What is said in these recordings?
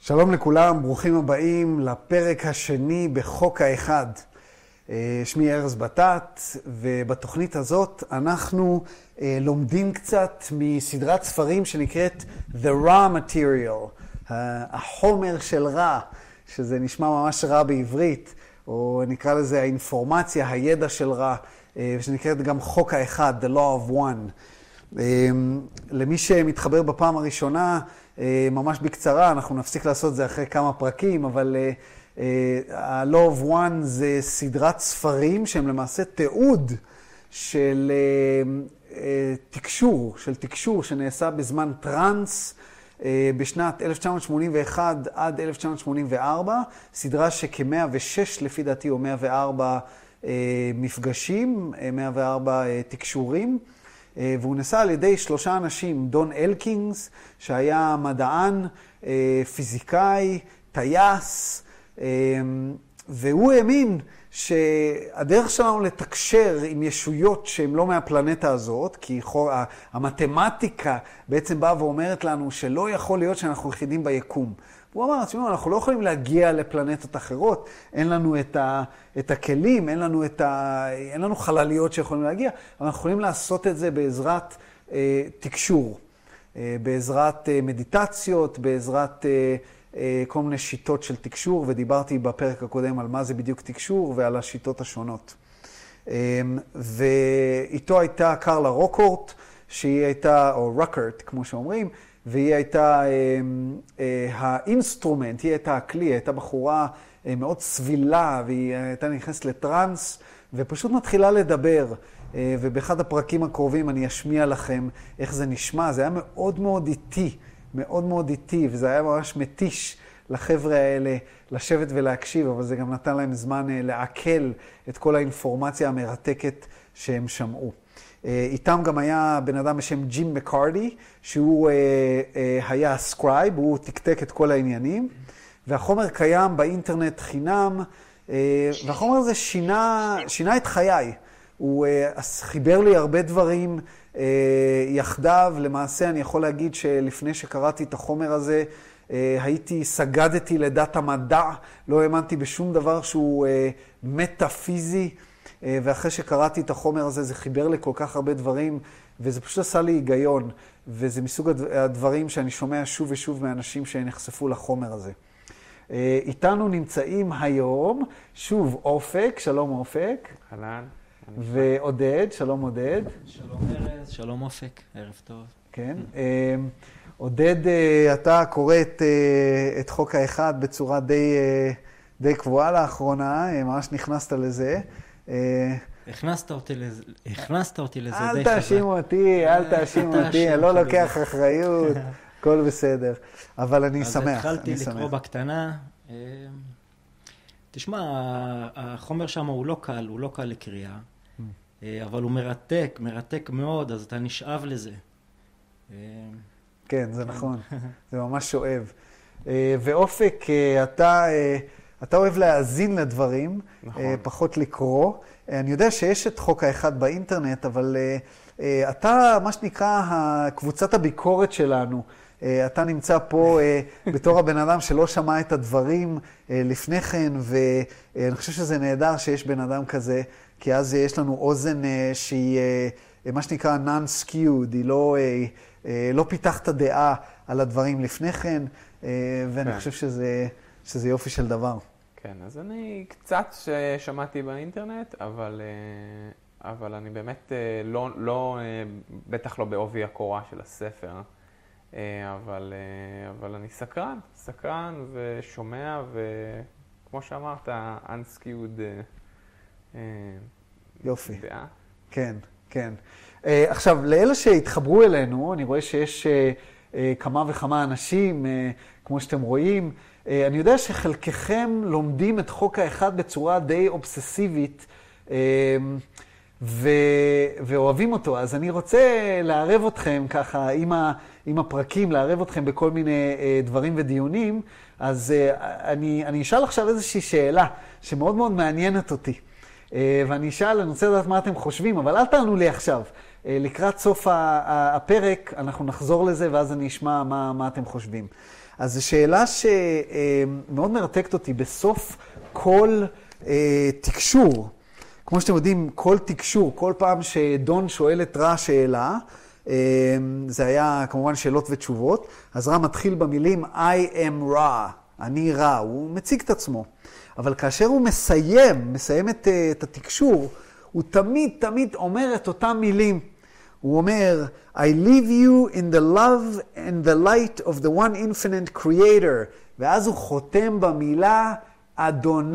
שלום לכולם, ברוכים הבאים לפרק השני בחוק האחד. שמי ארז בטט, ובתוכנית הזאת אנחנו לומדים קצת מסדרת ספרים שנקראת The Raw Material, החומר של רע, שזה נשמע ממש רע בעברית, או נקרא לזה האינפורמציה, הידע של רע, ושנקראת גם חוק האחד, The Law of One. למי שמתחבר בפעם הראשונה, ממש בקצרה, אנחנו נפסיק לעשות זה אחרי כמה פרקים, אבל ה-Law of One זה סדרת ספרים שהם למעשה תיעוד של תקשור שנעשה בזמן טרנס בשנת 1981 עד 1984, סדרה שכ-106 לפי דעתי או 104 מפגשים, 104 תקשורים. והוא נעשה על ידי 3 אנשים, דון אלקינגס, שהיה מדען, פיזיקאי, טייס, והוא האמין שהדרך שלנו לתקשר עם ישויות שהן לא מהפלנטה הזאת, כי המתמטיקה בעצם באה ואומרת לנו שלא יכול להיות שאנחנו יחידים ביקום. הוא אמר, אנחנו לא יכולים להגיע לפלנטות אחרות, אין לנו את הכלים, אין לנו חלליות שיכולים להגיע, אבל אנחנו יכולים לעשות את זה בעזרת תקשור, בעזרת מדיטציות, בעזרת כל מיני שיטות של תקשור, ודיברתי בפרק הקודם על מה זה בדיוק תקשור ועל השיטות השונות. ואיתו הייתה קרלה רוקורט, שהיא הייתה, או רוקרט כמו שאומרים, והיא הייתה האינסטרומנט, היא הייתה הכלי, היא הייתה בחורה מאוד סבילה, והיא הייתה נכנסת לטרנס, ופשוט מתחילה לדבר. ובאחד הפרקים הקרובים אני אשמיע לכם איך זה נשמע. זה היה מאוד מאוד איטי, מאוד מאוד איטי, וזה היה ממש מתיש לחבר'ה האלה לשבת ולהקשיב, אבל זה גם נתן להם זמן לעכל את כל האינפורמציה המרתקת שהם שמעו. איתם גם היה בן אדם בשם ג'ים מקארדי, שהוא היה סקרייב, הוא תקתק את כל העניינים, והחומר קיים באינטרנט חינם, והחומר הזה שינה את חיי. הוא חיבר לי הרבה דברים יחדיו. למעשה אני יכול להגיד שלפני שקראתי את החומר הזה, סגדתי לדת המדע, לא האמנתי בשום דבר שהוא מטאפיזי, ואחרי שקראתי את החומר הזה, זה חיבר לי כל כך הרבה דברים, וזה פשוט עשה לי היגיון, וזה מסוג הדברים שאני שומע שוב ושוב מאנשים שנחשפו לחומר הזה. איתנו נמצאים היום, שוב אופק, שלום אופק. אהלן. ועודד, שלום עודד. שלום ארז, שלום אופק, ערב טוב. כן. עודד, אתה קורא את חוק האחד בצורה די קבועה לאחרונה, ממש נכנסת לזה. הכנסת אותי לזה די חזק. אל תאשימו אותי, אני לא לוקח אחריות, הכל בסדר. אבל אני שמח. אז התחלתי לקרוא בקטנה. תשמע, החומר שם הוא לא קל לקריאה, אבל הוא מרתק מאוד, אז אתה נשאב לזה. כן, זה נכון, זה ממש שואב. ואופק, אתה אוהב להאזין לדברים, פחות לקרוא. אני יודע שיש את חוק האחד באינטרנט, אבל אתה, מה שנקרא, קבוצת הביקורת שלנו, אתה נמצא פה בתור הבן אדם שלא שמע את הדברים לפני כן, ואני חושב שזה נהדר שיש בן אדם כזה, כי אז יש לנו אוזן שהיא, מה שנקרא, non-skewed, היא לא פיתחת דעה על הדברים לפני כן, ואני חושב שזה יופי של דבר. כן, אז אני קצת שמעתי באינטרנט, אבל אני באמת בטח לא בעובי הקורה של הספר, אבל אני סקרן ושומע, וכמו שאמרת, unskewed יופי. דעה. כן, כן. עכשיו, לאלה שהתחברו אלינו, אני רואה שיש כמה וכמה אנשים, כמו שאתם רואים, אני יודע שחלקכם לומדים את חוק האחד בצורה די אובססיבית, ואוהבים אותו. אז אני רוצה לערב אתכם ככה עם הפרקים, לערב אתכם בכל מיני דברים ודיונים. אז אני אשאל עכשיו איזושהי שאלה שמאוד מאוד מעניינת אותי. ואני אשאל, אני רוצה לדעת מה אתם חושבים, אבל אל תענו לי עכשיו. לקראת סוף הפרק אנחנו נחזור לזה, ואז אני אשמע מה אתם חושבים. אז זו שאלה שמאוד מרתקת אותי בסוף כל תקשור. כמו שאתם יודעים, כל תקשור, כל פעם שדון שואל את רע שאלה, זה היה כמובן שאלות ותשובות, אז רע מתחיל במילים I am רע, אני רע, הוא מציג את עצמו. אבל כאשר הוא מסיים את התקשור, הוא תמיד אומר את אותם מילים. הוא אומר, I leave you in the love and the light of the one infinite creator. ואז הוא חותם במילה אדוני.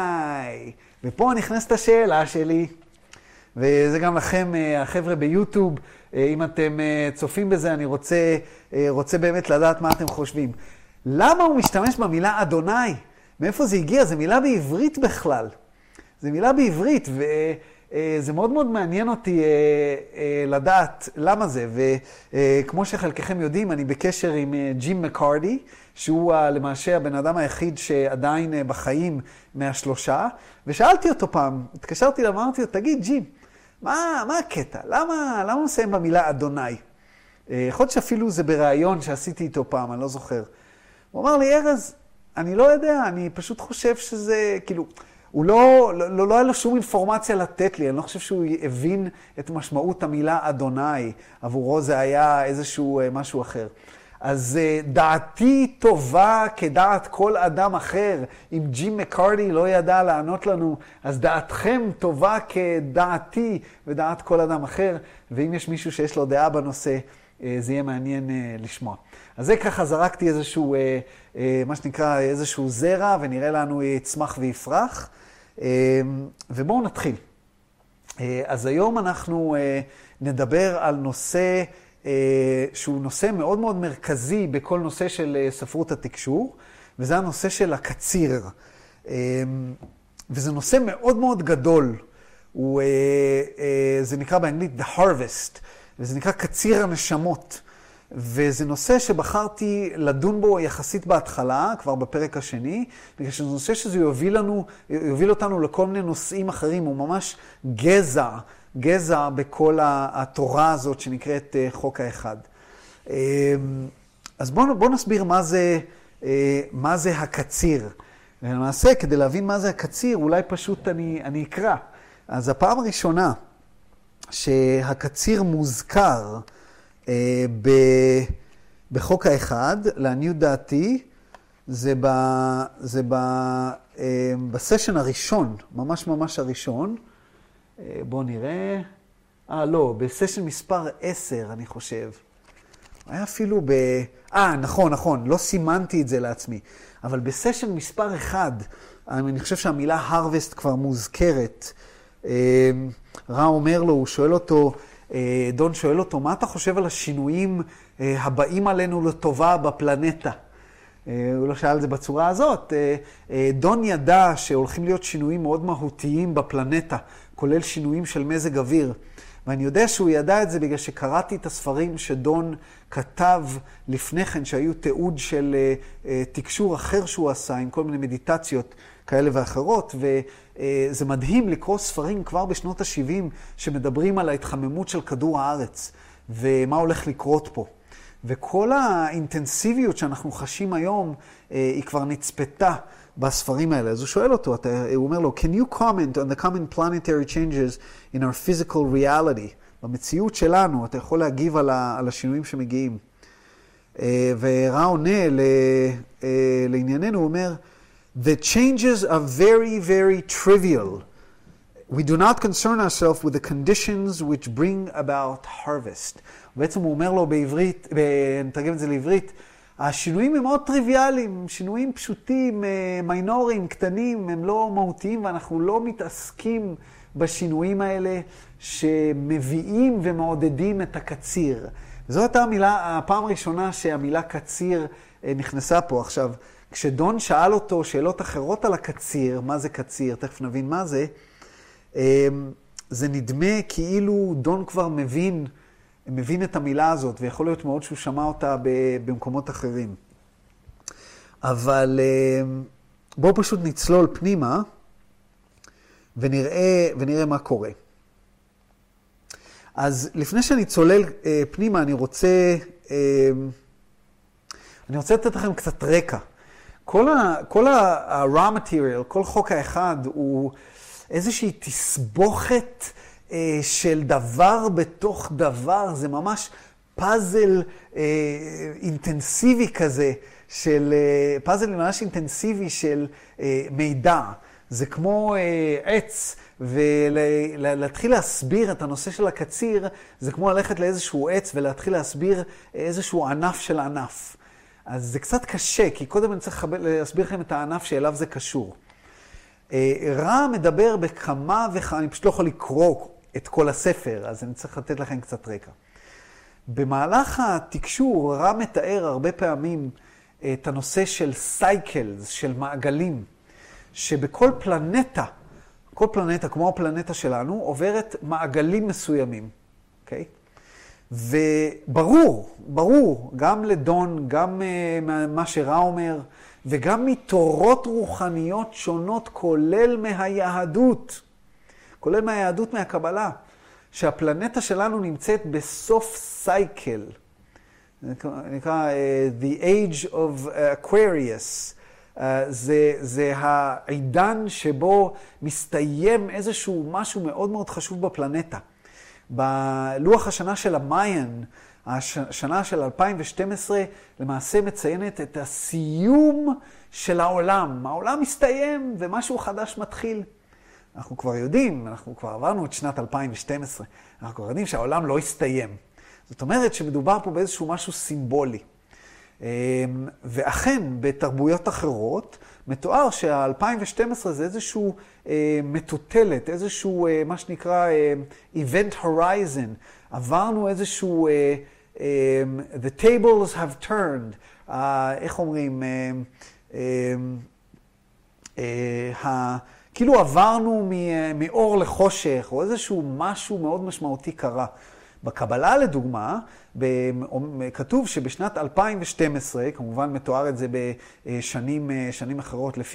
ופה נכנסת השאלה שלי, וזה גם לכם, החבר'ה ביוטיוב, אם אתם צופים בזה, אני רוצה באמת לדעת מה אתם חושבים. למה הוא משתמש במילה אדוני? מאיפה זה הגיע? זה מילה בעברית בכלל. זה מילה בעברית, וזה מאוד מאוד מעניין אותי לדעת למה זה. וכמו שחלקכם יודעים, אני בקשר עם ג'ים מקארדי, שהוא למעשה הבן אדם היחיד שעדיין בחיים מהשלושה, ושאלתי אותו פעם, התקשרתי אליו, אמרתי לו, תגיד ג'ים, מה הקטע? למה הוא מסיים במילה אדוני? יכול להיות שאפילו זה בראיון שעשיתי איתו פעם, אני לא זוכר. הוא אמר לי, ארז, אני לא יודע, אני פשוט חושב שזה, כאילו, הוא לא היה לו שום אינפורמציה לתת לי, אני לא חושב שהוא הבין את משמעות המילה אדוני, עבורו זה היה איזשהו משהו אחר. אז דעתי טובה כדעת כל אדם אחר. אם ג'ים מקארדי לא ידע לענות לנו, אז דעתכם טובה כדעתי ודעת כל אדם אחר. ואם יש מישהו שיש לו דעה בנושא, זה יהיה מעניין לשמוע. אז זה ככה זרקתי איזשהו, מה שנקרא, איזשהו זרע, ונראה לנו יצמח ויפרח. ובואו נתחיל. אז היום אנחנו נדבר על נושא שהוא נושא מאוד מאוד מרכזי בכל נושא של ספרות התקשור, וזה הנושא של הקציר. וזה נושא מאוד מאוד גדול. זה נקרא באנגלית The Harvest, וזה נקרא קציר הנשמות. וזה נושא שבחרתי לדון בו יחסית בהתחלה, כבר בפרק השני, בגלל שזה נושא שזה יוביל אותנו לכל מיני נושאים אחרים, הוא ממש גזע בכל התורה הזאת שנקראת חוק האחד. אז בואו נסביר מה זה הקציר. ולמעשה, כדי להבין מה זה הקציר, אולי פשוט אני אקרא. אז הפעם הראשונה שהקציר מוזכר בחוק האחד, לעניות דעתי, זה בסשן הראשון, ממש הראשון. בואו נראה. לא, בסשן מספר 10, אני חושב. היה אפילו נכון, לא סימנתי את זה לעצמי. אבל בסשן מספר 1, אני חושב שהמילה harvest כבר מוזכרת. רע אומר לו, הוא שואל אותו, דון שואל אותו, מה אתה חושב על השינויים הבאים עלינו לטובה בפלנטה? הוא לא שאל את זה בצורה הזאת. דון ידע שהולכים להיות שינויים מאוד מהותיים בפלנטה, כולל שינויים של מזג אוויר. ואני יודע שהוא ידע את זה בגלל שקראתי את הספרים שדון כתב לפני כן, שהיו תיעוד של תקשור אחר שהוא עשה עם כל מיני מדיטציות כאלה ואחרות, וזה מדהים לקרוא ספרים כבר בשנות ה-70 שמדברים על ההתחממות של כדור הארץ ומה הולך לקרות פה. וכל האינטנסיביות שאנחנו חשים היום היא כבר נצפתה בספרים האלה. אז הוא שואל אותו, הוא אומר לו, Can you comment on the common planetary changes in our physical reality? במציאות שלנו, אתה יכול להגיב על השינויים שמגיעים. ורע עונה לענייננו, הוא אומר, The changes are very trivial. We do not concern ourselves with the conditions which bring about harvest. בעצם הוא אומר לו בעברית, נתרגם את זה לעברית, השינויים הם מאוד טריוויאליים, שינויים פשוטים, מיינוריים, קטנים, הם לא מהותיים, ואנחנו לא מתעסקים בשינויים האלה שמביאים ומעודדים את הקציר. זו הייתה הפעם הראשונה שהמילה קציר נכנסה פה. עכשיו, כשדון שאל אותו שאלות אחרות על הקציר, מה זה קציר, תכף נבין מה זה, זה נדמה כאילו דון כבר מבין את המילה הזאת, ויכול להיות מאוד שהוא שמע אותה במקומות אחרים. אבל בואו פשוט נצלול פנימה, ונראה מה קורה. אז לפני שאני צולל פנימה, אני אני רוצה לתת לכם קצת רקע. כל ה-raw material, כל חוק האחד הוא איזושהי תסבוכת של דבר בתוך דבר. זה ממש פאזל אינטנסיבי כזה, פאזל ממש אינטנסיבי של מידע. זה כמו עץ, ולהתחיל להסביר את הנושא של הקציר, זה כמו ללכת לאיזשהו עץ ולהתחיל להסביר איזשהו ענף של ענף. אז זה קצת קשה, כי קודם אני צריך להסביר לכם את הענף שאליו זה קשור. רע מדבר בכמה וכמה, אני פשוט לא יכול לקרוא את כל הספר, אז אני צריך לתת לכם קצת רקע. במהלך התקשור, רע מתאר הרבה פעמים את הנושא של סייקלס, של מעגלים, שבכל פלנטה, כל פלנטה, כמו הפלנטה שלנו, עוברת מעגלים מסוימים, אוקיי? וברור, גם לדון, גם מה שרע אומר, וגם מתורות רוחניות שונות, כולל מהיהדות, מהקבלה, שהפלנטה שלנו נמצאת בסוף סייקל, נקרא The Age of Aquarius. זה העידן שבו מסתיים איזשהו משהו מאוד מאוד חשוב בפלנטה. בלוח השנה של המאיין, השנה של 2012, למעשה מציינת את הסיום של העולם. העולם מסתיים ומשהו חדש מתחיל. אנחנו כבר יודעים, אנחנו כבר עברנו את שנת 2012, אנחנו כבר יודעים שהעולם לא הסתיים. זאת אומרת שמדובר פה באיזשהו משהו סימבולי. ואכן, בתרבויות אחרות, מתואר שה-2012 זה איזשהו מטוטלת, איזשהו מה שנקרא event horizon. עברנו איזשהו the tables have turned, איך אומרים, כאילו עברנו מאור לחושך, או איזשהו משהו מאוד משמעותי קרה. בקבלה, לדוגמה, כתוב שבשנת 2012, כמובן מתואר את זה בשנים אחרות לפי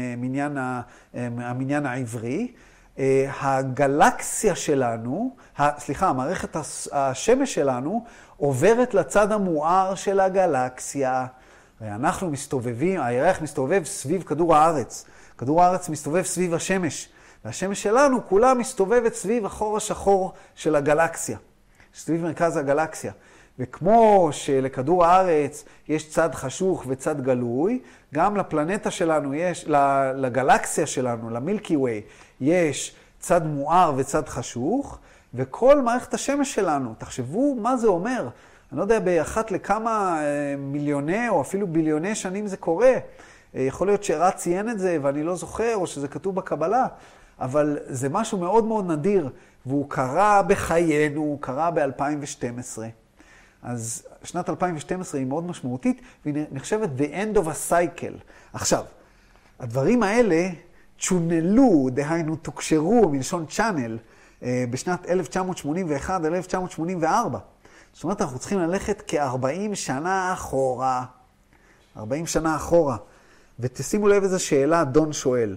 המניין העברי, הגלקסיה שלנו, מערכת השמש שלנו, עוברת לצד המואר של הגלקסיה. אנחנו מסתובבים, הירח מסתובב סביב כדור הארץ. כדור הארץ מסתובב סביב השמש. והשמש שלנו כולה מסתובבת סביב החור השחור של הגלקסיה. סביב מרכז הגלקסיה. וכמו שלכדור הארץ יש צד חשוך וצד גלוי, גם לפלנטה שלנו יש, לגלקסיה שלנו, למילקי ווי, יש צד מואר וצד חשוך, וכל מערכת השמש שלנו, תחשבו מה זה אומר. אני לא יודע, באחת לכמה מיליוני או אפילו ביליוני שנים זה קורה. יכול להיות שרע ציין את זה ואני לא זוכר, או שזה כתוב בקבלה, אבל זה משהו מאוד מאוד נדיר, והוא קרה בחיינו, הוא קרה ב-2012. אז שנת 2012 היא מאוד משמעותית, והיא נחשבת the end of a cycle. עכשיו, הדברים האלה צ'ונלו, דהיינו תוקשרו מלשון צ'אנל, בשנת 1981-1984. זאת אומרת, אנחנו צריכים ללכת כ-40 שנה אחורה. 40 שנה אחורה. ותשימו לב איזו שאלה דון שואל.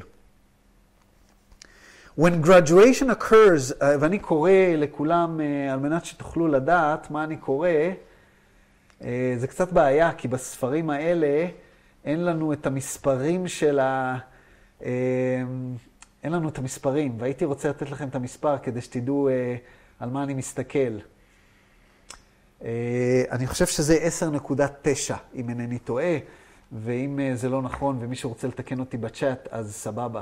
When graduation occurs, ואני קורא לכולם על מנת שתוכלו לדעת מה אני קורא, זה קצת בעיה, כי בספרים האלה אין לנו את המספרים של אין לנו את המספרים, והייתי רוצה לתת לכם את המספר כדי שתדעו על מה אני מסתכל. אני חושב שזה 10.9, אם אינני טועה, ואם זה לא נכון ומישהו רוצה לתקן אותי בצ'אט, אז סבבה.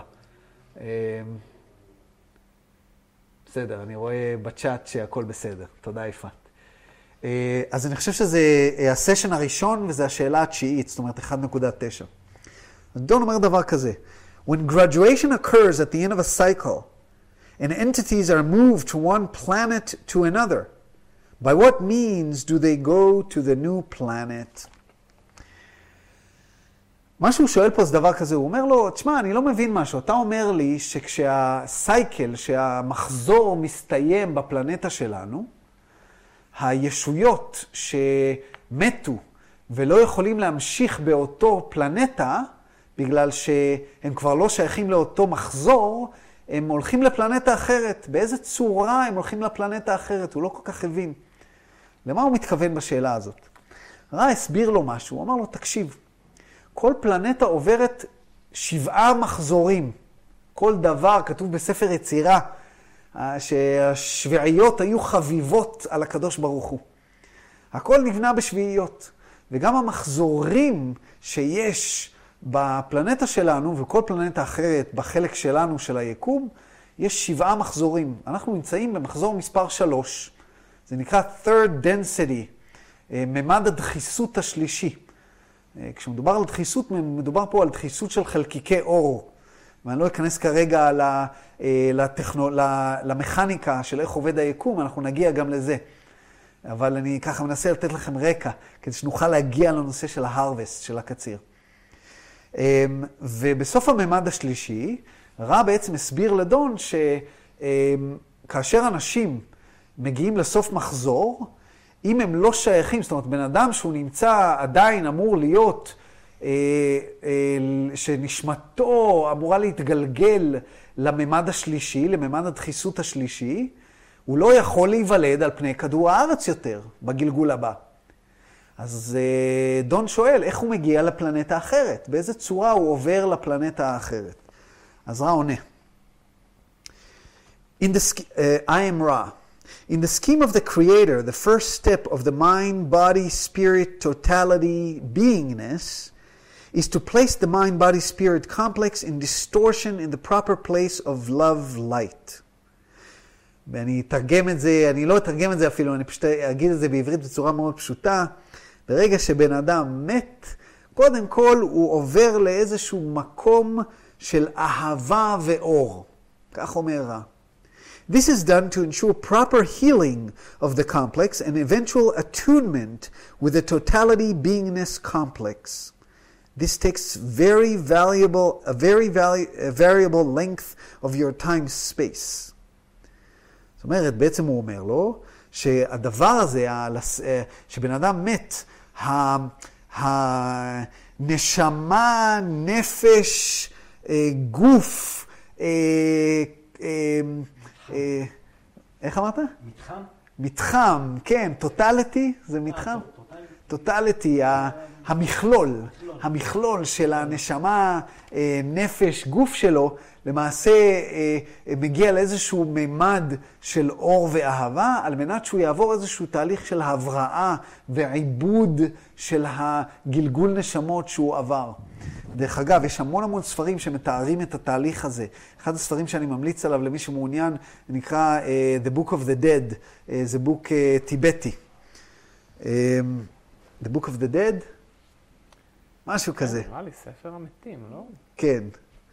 בסדר, אני רואה בצ'אט שהכל בסדר. תודה, יפעת. אז אני חושב שזה הסשן הראשון, וזה השאלה התשיעית, זאת אומרת 1.9. דון אומר דבר כזה. When graduation occurs at the end of a cycle, and entities are moved from one planet to another, by what means do they go to the new planet? מה שהוא שואל פה זה דבר כזה, הוא אומר לו, תשמע, אני לא מבין משהו. אתה אומר לי שכשהסייקל, שהמחזור מסתיים בפלנטה שלנו, הישויות שמתו ולא יכולים להמשיך באותו פלנטה, בגלל שהם כבר לא שייכים לאותו מחזור, הם הולכים לפלנטה אחרת. באיזה צורה הם הולכים לפלנטה אחרת? הוא לא כל כך הבין. למה הוא מתכוון בשאלה הזאת? רע הסביר לו משהו, הוא אמר לו, תקשיב, כל פלנטה עוברת 7 מחזורים. כל דבר, כתוב בספר יצירה, שהשביעיות היו חביבות על הקדוש ברוך הוא. הכל נבנה בשביעיות. וגם המחזורים שיש בפלנטה שלנו, וכל פלנטה אחרת בחלק שלנו של היקום, יש 7 מחזורים. אנחנו נמצאים במחזור מספר 3. זה נקרא third density, ממד הדחיסות השלישי. כשמדובר על דחיסות, מדובר פה על דחיסות של חלקיקי אור. ואני לא אכנס כרגע למכניקה של איך עובד היקום, אנחנו נגיע גם לזה. אבל אני ככה מנסה לתת לכם רקע, כדי שנוכל להגיע לנושא של ההרווסט, של הקציר. ובסוף הממד השלישי, רע בעצם הסביר לדון שכאשר אנשים מגיעים לסוף מחזור, אם הם לא שייכים, זאת אומרת, בן אדם שהוא נמצא עדיין אמור להיות, שנשמתו אמורה להתגלגל לממד השלישי, לממד הדחיסות השלישי, הוא לא יכול להיוולד על פני כדור הארץ יותר, בגלגול הבא. אז דון שואל, איך הוא מגיע לפלנטה האחרת? באיזה צורה הוא עובר לפלנטה האחרת? אז רע עונה. I am Ra. In the scheme of the Creator, the first step of the mind, body, spirit, totality, beingness, is to place the mind, body, spirit complex in distortion in the proper place of love light. ואני אתרגם את זה, אני לא אתרגם את זה אפילו, אני פשוט אגיד את זה בעברית בצורה מאוד פשוטה. ברגע שבן אדם מת, קודם כל הוא עובר לאיזשהו מקום של אהבה ואור. כך אומר רע. This is done to ensure proper healing of the complex and eventual attunement with the totality beingness complex. This takes a very variable length of your time-space. זאת אומרת, בעצם הוא אומר לו, שהדבר הזה, שבן אדם מת, הנשמה, נפש, גוף, איך אמרת? מתחם. מתחם, כן, טוטליטי, זה מתחם? טוטליטי, המכלול של הנשמה, נפש, גוף שלו, למעשה מגיע לאיזשהו מימד של אור ואהבה, על מנת שהוא יעבור איזשהו תהליך של הבראה ועיבוד של הגלגול נשמות שהוא עבר. דרך אגב, יש המון ספרים שמתארים את התהליך הזה. אחד הספרים שאני ממליץ עליו למי שמעוניין, נקרא The Book of the Dead, זה בוק טיבטי. The Book of the Dead? משהו כזה. נראה לי ספר המתים, לא? כן.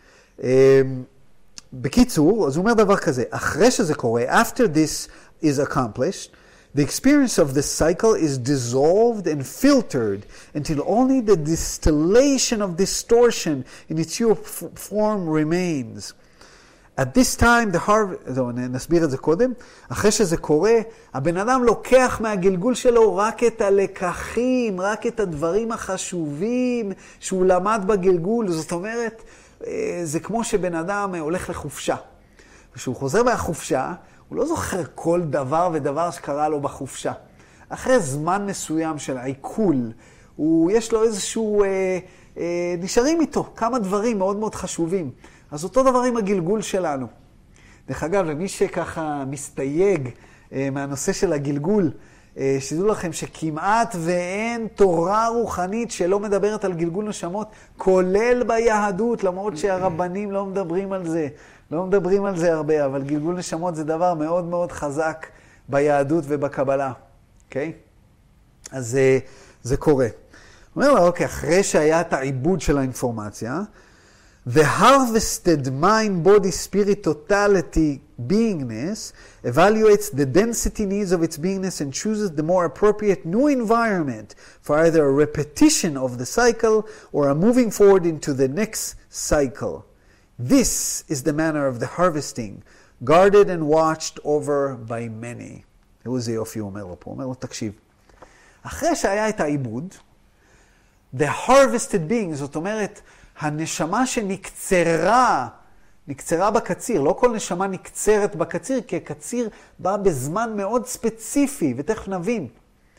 בקיצור, אז הוא אומר דבר כזה, אחרי שזה קורה, after this is accomplished, the experience of the cycle is dissolved and filtered until only the distillation of distortion in its pure form remains. At this time, נסביר את זה קודם, אחרי שזה קורה, הבן אדם לוקח מהגלגול שלו רק את הלקחים, רק את הדברים החשובים שהוא למד בגלגול. זאת אומרת, זה כמו שבן אדם הולך לחופשה. כשהוא חוזר מהחופשה, הוא לא זוכר כל דבר ודבר שקרה לו בחופשה. אחרי זמן מסוים של עיכול, יש לו איזשהו, נשארים איתו כמה דברים מאוד מאוד חשובים. אז אותו דבר עם הגלגול שלנו. דרך אגב, למי שככה מסתייג מהנושא של הגלגול, שתדעו לכם שכמעט ואין תורה רוחנית שלא מדברת על גלגול נשמות, כולל ביהדות, למרות שהרבנים לא מדברים על זה. לא מדברים על זה הרבה, אבל גלגול נשמות זה דבר מאוד מאוד חזק ביהדות ובקבלה. אוקיי? אז זה קורה. הוא אומר לה, אוקיי, אחרי שהיה את העיבוד של האינפורמציה, the harvested mind, body, spirit, totality, beingness evaluates the density needs of its beingness and chooses the more appropriate new environment for either a repetition of the cycle or a moving forward into the next cycle. This is the manner of the harvesting, guarded and watched over by many. תראו זה יופי, הוא אומר לו פה. הוא אומר לו, תקשיב. אחרי שהיה את העיבוד, the harvested being, זאת אומרת, הנשמה שנקצרה בקציר, לא כל נשמה נקצרת בקציר, כי הקציר בא בזמן מאוד ספציפי, ותכף נבין.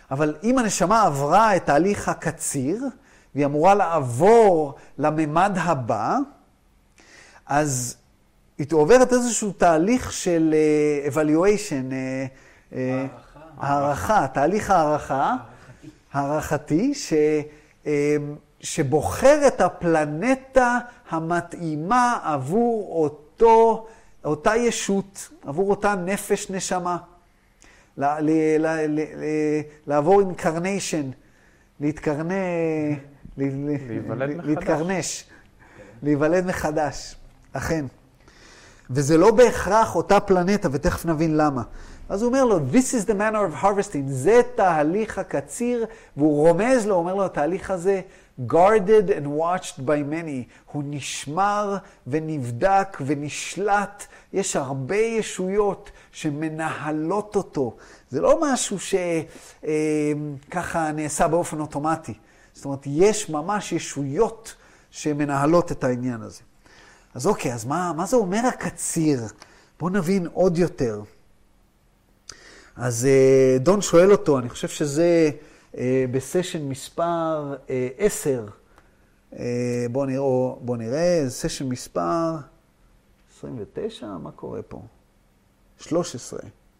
אבל אם הנשמה עברה את תהליך הקציר, והיא אמורה לעבור לממד הבא, אז היא עוברת איזשהו תהליך של evaluation, הערכה, תהליך הערכתי, שבוחר את הפלנטה המתאימה עבור אותה ישות, עבור אותה נפש נשמה. לעבור incarnation, להתקרנש, להיוולד מחדש, אכן. וזה לא בהכרח אותה פלנטה, ותכף נבין למה. אז הוא אומר לו, this is the manner of harvesting, זה תהליך הקציר, והוא רומז לו, אומר לו, התהליך הזה, guarded and watched by many, הוא נשמר ונבדק ונשלט, יש הרבה ישויות שמנהלות אותו. זה לא משהו שככה נעשה באופן אוטומטי. זאת אומרת, יש ממש ישויות שמנהלות את העניין הזה. אז אוקיי, אז מה זה אומר הקציר? בואו נבין עוד יותר. אז דון שואל אותו, אני חושב שזה בסשן מספר 10. בואו נראה, סשן מספר 29, מה קורה פה? 13.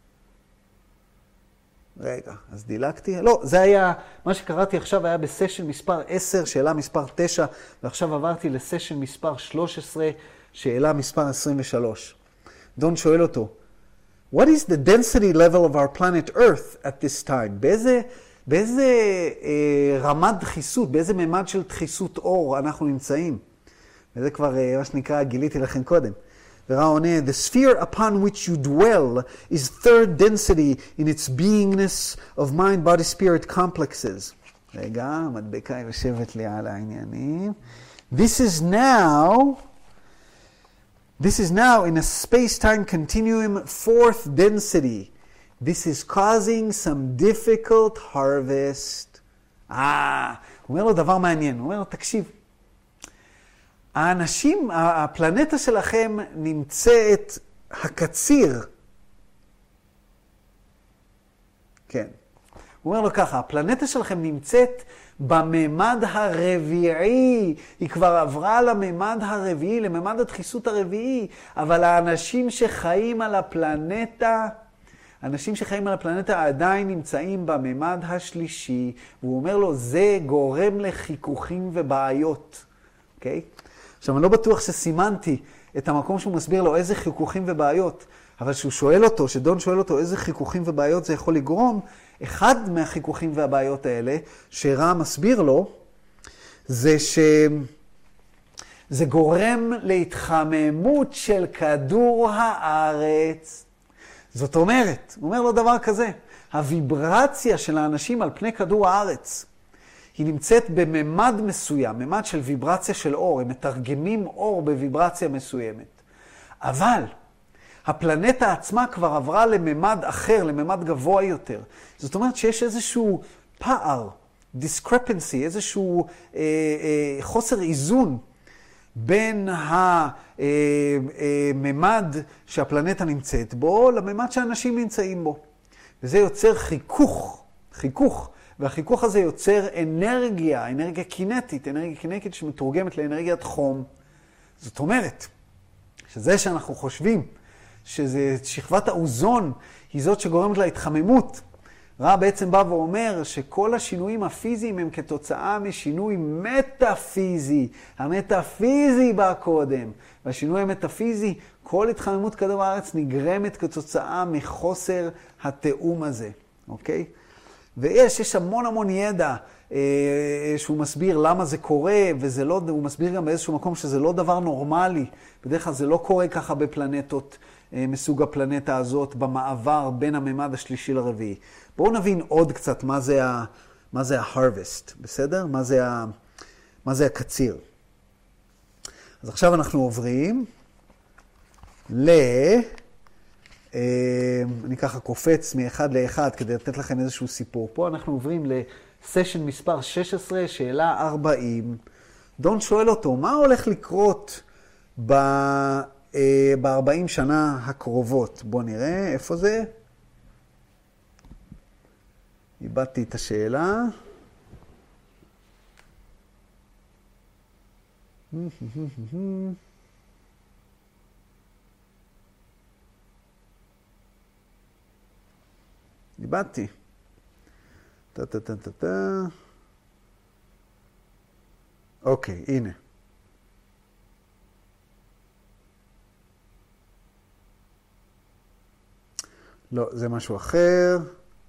רגע, אז דילגתי. לא, זה היה, מה שקראתי עכשיו היה בסשן מספר 10, שאלה מספר 9, ועכשיו עברתי לסשן מספר 13, שאלה מספר 23. דון שואל אותו, What is the density level of our planet Earth at this time? באיזה רמת דחיסות, באיזה ממד של דחיסות אור אנחנו נמצאים? וזה כבר מה שנקרא, גיליתי לכם קודם. וראה עונה, The sphere upon which you dwell is third density in its beingness of mind, body, spirit complexes. רגע, המדבקה יושבת לי על העניינים. This is now in a space-time continuum fourth density. This is causing some difficult harvest. הוא אומר לו דבר מעניין. הוא אומר לו, תקשיב, האנשים, הפלנטה שלכם נמצאת הקציר. כן. הוא אומר לו ככה, הפלנטה שלכם נמצאת בממד הרביעי. היא כבר עברה לממד הרביעי, לממד הדחיסות הרביעי. אבל האנשים שחיים על הפלנטה, עדיין נמצאים בממד השלישי. והוא אומר לו, זה גורם לחיכוכים ובעיות. אוקיי? עכשיו, אני לא בטוח שסימנתי את המקום שהוא מסביר לו איזה חיכוכים ובעיות, אבל שהוא שואל אותו, שדון שואל אותו איזה חיכוכים ובעיות זה יכול לגרום, אחד מהחיכוכים והבעיות האלה, שרם מסביר לו, זה שזה גורם להתחממות של כדור הארץ. זאת אומרת, הוא אומר לו דבר כזה, הוויברציה של האנשים על פני כדור הארץ, היא נמצאת בממד מסוים, ממד של ויברציה של אור, הם מתרגמים אור בוויברציה מסוימת. אבל הפלנטה עצמה כבר עברה לממד אחר, לממד גבוה יותר. זאת אומרת שיש איזשהו פער, discrepancy, איזשהו חוסר איזון בין הממד שהפלנטה נמצאת בו לממד שאנשים נמצאים בו. וזה יוצר חיכוך. והחיכוך הזה יוצר אנרגיה קינטית שמתורגמת לאנרגיית חום. זאת אומרת, שזה שאנחנו חושבים שזה שכבת האוזון היא זאת שגורמת להתחממות, רע בעצם בא ואומר שכל השינויים הפיזיים הם כתוצאה משינוי מטאפיזי. המטאפיזי בא קודם. והשינוי המטאפיזי, כל התחממות כדור הארץ נגרמת כתוצאה מחוסר התאום הזה. אוקיי? ויש המון ידע שהוא מסביר למה זה קורה, הוא מסביר גם באיזשהו מקום שזה לא דבר נורמלי. בדרך כלל זה לא קורה ככה בפלנטות מסוג הפלנטה הזאת, במעבר בין הממד השלישי לרביעי. בואו נבין עוד קצת מה זה ה-harvest, בסדר? מה זה הקציר. אז עכשיו אנחנו עוברים אני ככה קופץ מאחד לאחד כדי לתת לכם איזשהו סיפור. פה אנחנו עוברים לסשן מספר 16, שאלה 40. דון שואל אותו, מה הולך לקרות ב-40 שנה הקרובות? בוא נראה, איפה זה? איבדתי את השאלה. איבדתי. אוקיי, הנה. לא, זה משהו אחר.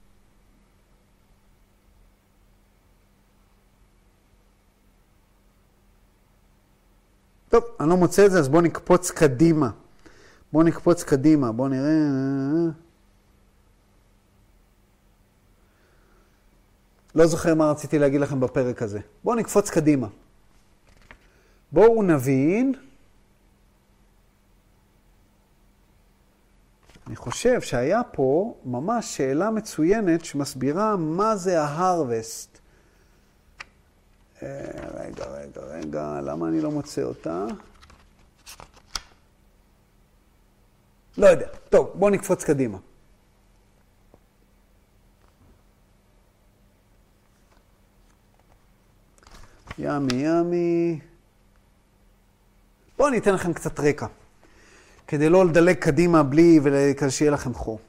טוב, אני לא מוצא את זה, אז בואו נקפוץ קדימה. בואו נראה. לא זוכר מה רציתי להגיד לכם בפרק הזה. בואו נקפוץ קדימה. בואו נבין. אני חושב שהיה פה ממש שאלה מצוינת שמסבירה מה זה ההרווסט. רגע, למה אני לא מוצא אותה? לא יודע. טוב, בואו נקפוץ קדימה. ימי. בואו אני אתן לכם קצת רקע, כדי לא לדלג קדימה בלי וכדי שיהיה לכם חור.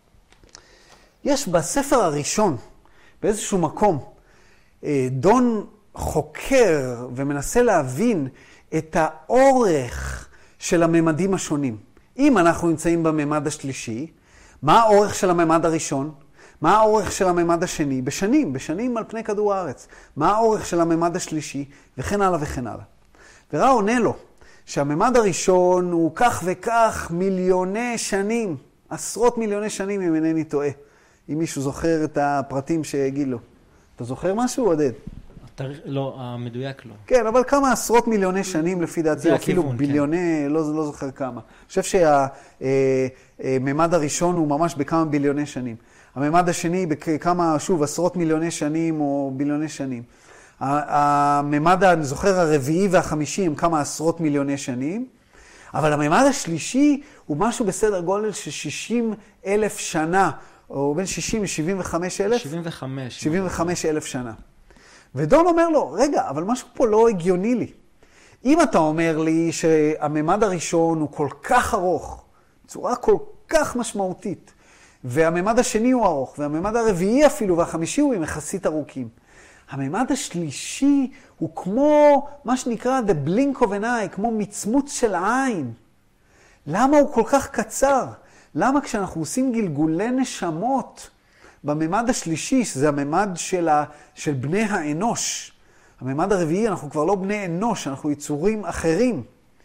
יש בספר הראשון, באיזשהו מקום, דון חוקר ומנסה להבין את האורך של הממדים השונים. אם אנחנו נמצאים בממד השלישי, מה האורך של הממד הראשון? מה האורך של הממד השני? בשנים על פני כדור הארץ. מה האורך של הממד השלישי? וכן הלאה וכן הלאה. וראה עונה לו שהממד הראשון הוא כך וכך מיליוני שנים, עשרות מיליוני שנים אם אינני טועה. אם מישהו זוכר את הפרטים שהגיד לו. אתה זוכר משהו, עודד? לא, המדויק לא. כן, אבל כמה עשרות מיליוני שנים לפי דעתי, אפילו ביליוני, כן. לא זוכר כמה. אני חושב שהממד הראשון הוא ממש בכמה ביליוני שנים. הממד השני בכמה, שוב, עשרות מיליוני שנים או ביליוני שנים. הממד, אני זוכר, הרביעי והחמישי הם כמה עשרות מיליוני שנים, אבל הממד השלישי הוא משהו בסדר גודל של 60,000 שנה, או בין 60 ל-75 אלף? 75 אלף שנה. ודון אומר לו, רגע, אבל משהו פה לא הגיוני לי. אם אתה אומר לי שהממד הראשון הוא כל כך ארוך, בצורה כל כך משמעותית, והממד השני הוא ארוך, והממד הרביעי אפילו והחמישי הוא יחסית ארוכים. הממד השלישי הוא כמו מה שנקרא the blink of an eye, כמו מצמוץ של עין. למה הוא כל כך קצר? למה כשאנחנו עושים גלגולי נשמות בממד השלישי, שזה הממד של בני האנוש, הממד הרביעי אנחנו כבר לא בני אנוש, אנחנו יצורים אחרים.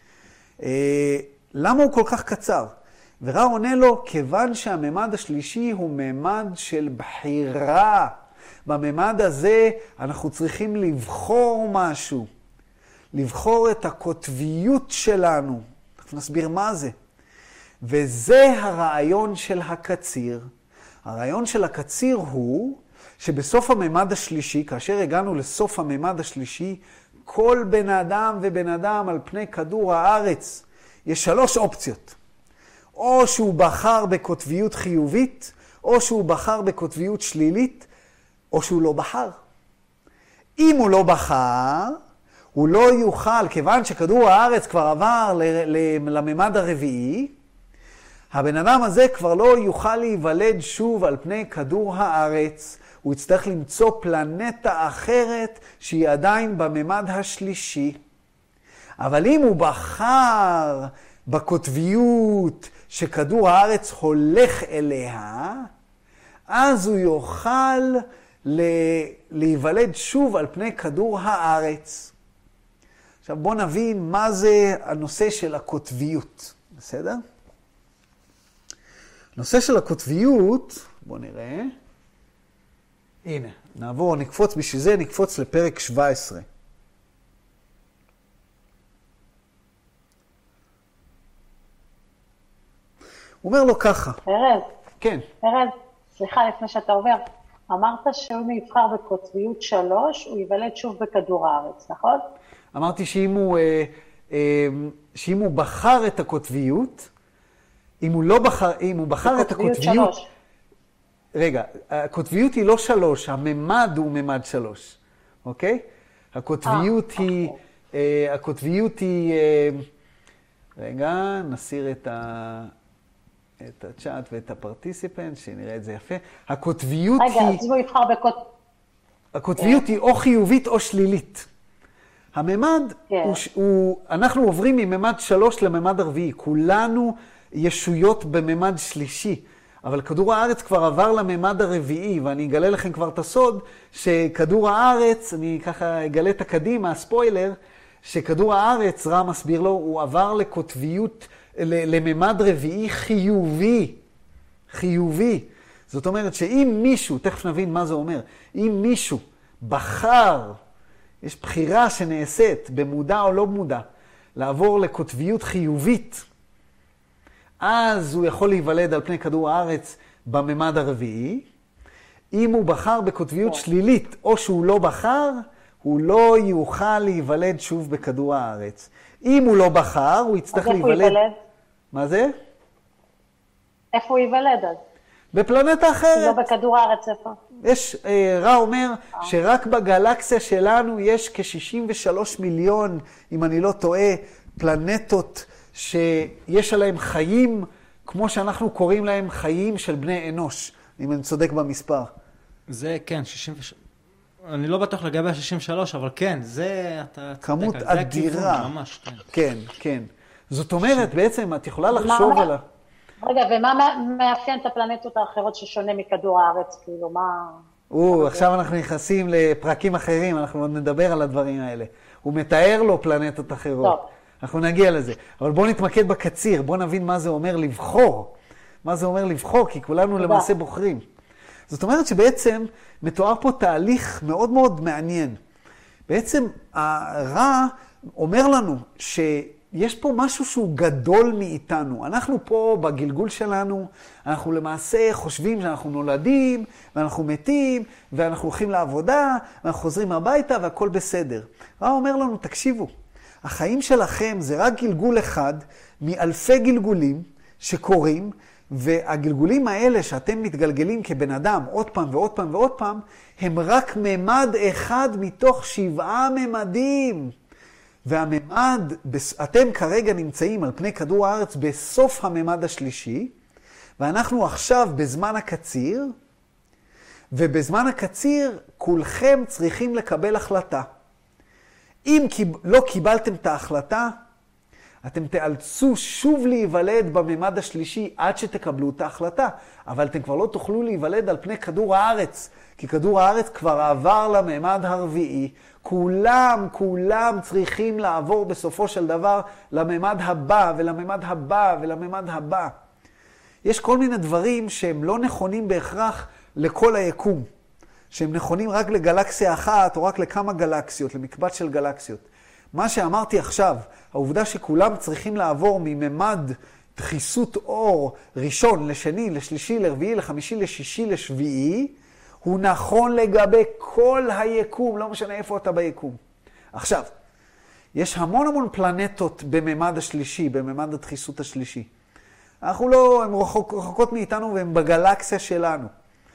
למה הוא כל כך קצר? ורע עונה לו, כיוון שהממד השלישי הוא ממד של בחירה. בממד הזה אנחנו צריכים לבחור משהו, לבחור את הקוטביות שלנו. אנחנו נסביר מה זה. וזה הרעיון של הקציר. הרעיון של הקציר הוא שבסוף הממד השלישי, כאשר הגענו לסוף הממד השלישי, כל בן אדם ובן אדם על פני כדור הארץ, יש 3 אופציות. או שהוא בחר בקוטביות חיובית, או שהוא בחר בקוטביות שלילית, או שהוא לא בחר. אם הוא לא בחר, הוא לא יוכל, כיוון שכדור הארץ כבר עבר לממד הרביעי, הבן אדם הזה כבר לא יוכל להיוולד שוב על פני כדור הארץ. הוא יצטרך למצוא פלנטה אחרת שהיא עדיין בממד השלישי. אבל אם הוא בחר בקוטביות שכדור הארץ הולך אליה, אז הוא יוכל להיוולד שוב על פני כדור הארץ. עכשיו בואו נבין מה זה הנושא של הקוטביות. בסדר? הנושא של הקוטביות, בואו נראה. הנה, נעבור, נקפוץ בשביל זה, נקפוץ לפרק 17. הוא אומר לו ככה. ארז. כן. ארז, סליחה, לפני שאתה עובר. אמרת שהוא יבחר בקוטביות 3, הוא ייוולד שוב בכדור הארץ, נכון? אמרתי שאם הוא בחר את הקוטביות, אם הוא בחר את הקוטביות... רגע, הקוטביות היא לא 3, הממד הוא ממד 3, אוקיי? הקוטביות היא, רגע, נסיר את הצ'אט ואת הפרטיסיפנט, שנראה את זה יפה. הקוטביות רגע, אז הוא יבחר הקוטביות היא או חיובית או שלילית. הממד אנחנו עוברים מממד 3 לממד 4, כולנו ישויות בממד שלישי. אבל כדור הארץ כבר עבר לממד 4, ואני אגלה לכם כבר את הסוד, שכדור הארץ, אני ככה אגלה את הקדימה, הספוילר, שכדור הארץ, רע מסביר לו, הוא עבר לקוטביות, לממד 4 חיובי. חיובי. זאת אומרת שאם מישהו, תכף נבין מה זה אומר, אם מישהו בחר, יש בחירה שנעשית במודע או לא במודע, לעבור לקוטביות חיובית, אז הוא יכול להיוולד על פני כדור הארץ בממד 4. אם הוא בחר בקוטביות שלילית, או שהוא לא בחר, הוא לא יוכל להיוולד שוב בכדור הארץ. אם הוא לא בחר, הוא יצטרך להיוולד... אז איפה הוא ייוולד? מה זה? איפה הוא ייוולד אז? בפלנטה אחרת. לא בכדור הארץ, איפה? יש, רע אומר שרק בגלקסיה שלנו יש כ-63 מיליון, אם אני לא טועה, פלנטות שיש עליהם חיים, כמו שאנחנו קוראים להם חיים של בני אנוש, אם אני צודק במספר. זה כן, 63. אני לא בטוח לגבי ה-63, אבל כן, זה כמות זה אדירה. הכיוון, ממש, כן. כן, כן. זאת אומרת, בעצם את יכולה לחשוב על ה... רגע, ומה מאפיין את הפלנטות האחרות ששונה מכדור הארץ? כאילו, מה... עכשיו אנחנו נכנסים לפרקים אחרים, אנחנו עוד נדבר על הדברים האלה. הוא מתאר לו פלנטות אחרות. טוב. אנחנו נגיע לזה. אבל בואו נתמקד בקציר, בואו נבין מה זה אומר לבחור. מה זה אומר לבחור, כי כולנו למעשה בוחרים. זאת אומרת שבעצם מתואר פה תהליך מאוד מאוד מעניין. בעצם הרע אומר לנו שיש פה משהו שהוא גדול מאיתנו. אנחנו פה בגלגול שלנו, אנחנו למעשה חושבים שאנחנו נולדים, ואנחנו מתים, ואנחנו הולכים לעבודה, ואנחנו חוזרים הביתה, והכל בסדר. הרע אומר לנו, תקשיבו, החיים שלכם זה רק גלגול אחד מאלפי גלגולים שקורים, והגלגולים האלה שאתם מתגלגלים כבן אדם עוד פעם ועוד פעם ועוד פעם, הם רק ממד אחד מתוך 7 ממדים. והממד, אתם כרגע נמצאים על פני כדור הארץ בסוף הממד השלישי, ואנחנו עכשיו בזמן הקציר, ובזמן הקציר כולכם צריכים לקבל החלטה. אם לא קיבלתם את ההחלטה, אתם תאלצו שוב להיוולד בממד השלישי עד שתקבלו את ההחלטה, אבל אתם כבר לא תוכלו להיוולד על פני כדור הארץ, כי כדור הארץ כבר עבר לממד הרביעי. כולם צריכים לעבור בסופו של דבר לממד הבא ולממד הבא ולממד הבא. יש כל מיני דברים שהם לא נכונים בהכרח לכל היקום, שהם נכונים רק לגלקסיה אחת או רק לכמה גלקסיות, למקבץ של גלקסיות. מה שאמרתי עכשיו, העובדה שכולם צריכים לעבור מממד דחיסות אור ראשון לשני, לשלישי, לרביעי, לחמישי, לשישי, לשביעי, הוא נכון לגבי כל היקום, לא משנה איפה אתה ביקום. עכשיו, יש המון פלנטות בממד השלישי, בממד הדחיסות השלישי. אנחנו לא, הן רחוקות מאיתנו והן בגלקסיה שלנו.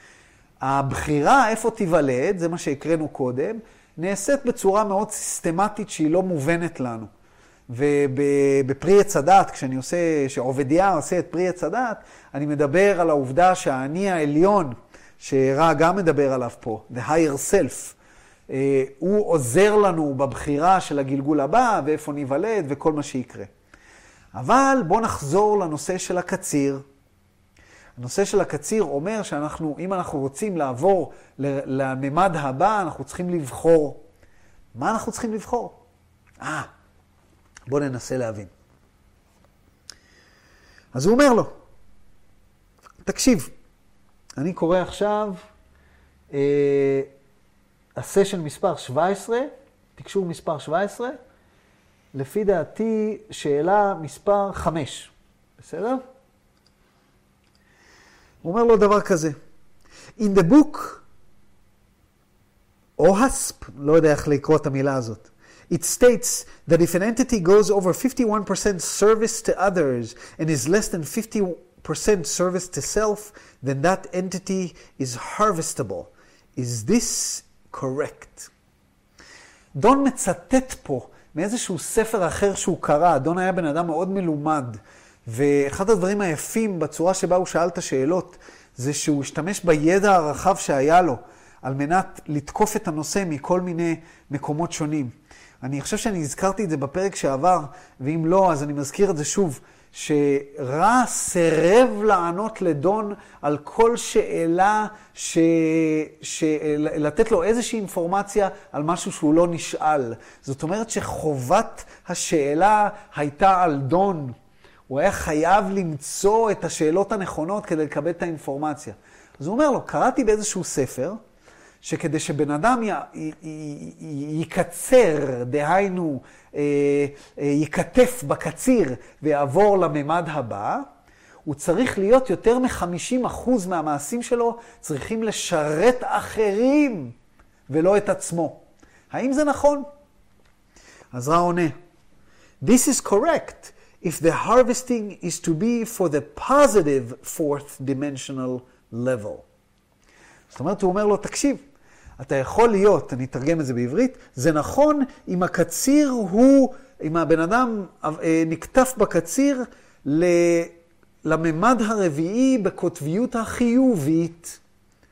הבחירה איפה תיוולד, זה מה שהקראנו קודם, נעשית בצורה מאוד סיסטמטית שהיא לא מובנת לנו. ובפרי עץ הדת, שעובדיה עושה את פרי עץ הדת, אני מדבר על העובדה שהאני העליון, שרע גם מדבר עליו פה, the higher self, הוא עוזר לנו בבחירה של הגלגול הבא, ואיפה ניוולד וכל מה שיקרה. אבל בואו נחזור לנושא של הקציר. הנושא של הקציר אומר שאנחנו, אם אנחנו רוצים לעבור לממד הבא, אנחנו צריכים לבחור. מה אנחנו צריכים לבחור? בואו ננסה להבין. אז הוא אומר לו, תקשיב, אני קורא עכשיו הסשן מספר 17, תקשור מספר 17, לפי דעתי שאלה מספר 5, בסדר? הוא אומר לו דבר כזה, in the book, OHASP, לא יודע איך לקרוא את המילה הזאת, it states that if an entity goes over 51% service to others and is less than service to self, then that entity is harvestable. Is this correct? דון מצטט פה מאיזשהו ספר אחר שהוא קרא. דון היה בן אדם מאוד מלומד, ואחד הדברים היפים בצורה שבה הוא שאל את השאלות, זה שהוא השתמש בידע הרחב שהיה לו, על מנת לתקוף את הנושא מכל מיני מקומות שונים. אני חושב שאני הזכרתי את זה בפרק שעבר, ואם לא, אז אני מזכיר את זה שוב, שרע סירב לענות לדון על כל שאלה, לתת לו איזושהי אינפורמציה על משהו שהוא לא נשאל. זאת אומרת שחובת השאלה הייתה על דון. הוא היה חייב למצוא את השאלות הנכונות כדי לקבל את האינפורמציה. אז הוא אומר לו, קראתי באיזשהו ספר, שכדי שבן אדם יקצר, דהיינו, יקטף בקציר ויעבור לממד הבא, הוא צריך להיות יותר מ-50% מהמעשים שלו, צריכים לשרת אחרים ולא את עצמו. האם זה נכון? אז רע עונה, This is correct if the harvesting is to be for the positive fourth dimensional level. זאת אומרת, הוא אומר לו, תקשיב, אתה יכול להיות, אני אתרגם את זה בעברית, זה נכון אם הקציר הוא, אם הבן אדם נקטף בקציר לממד הרביעי בקוטביות החיובית.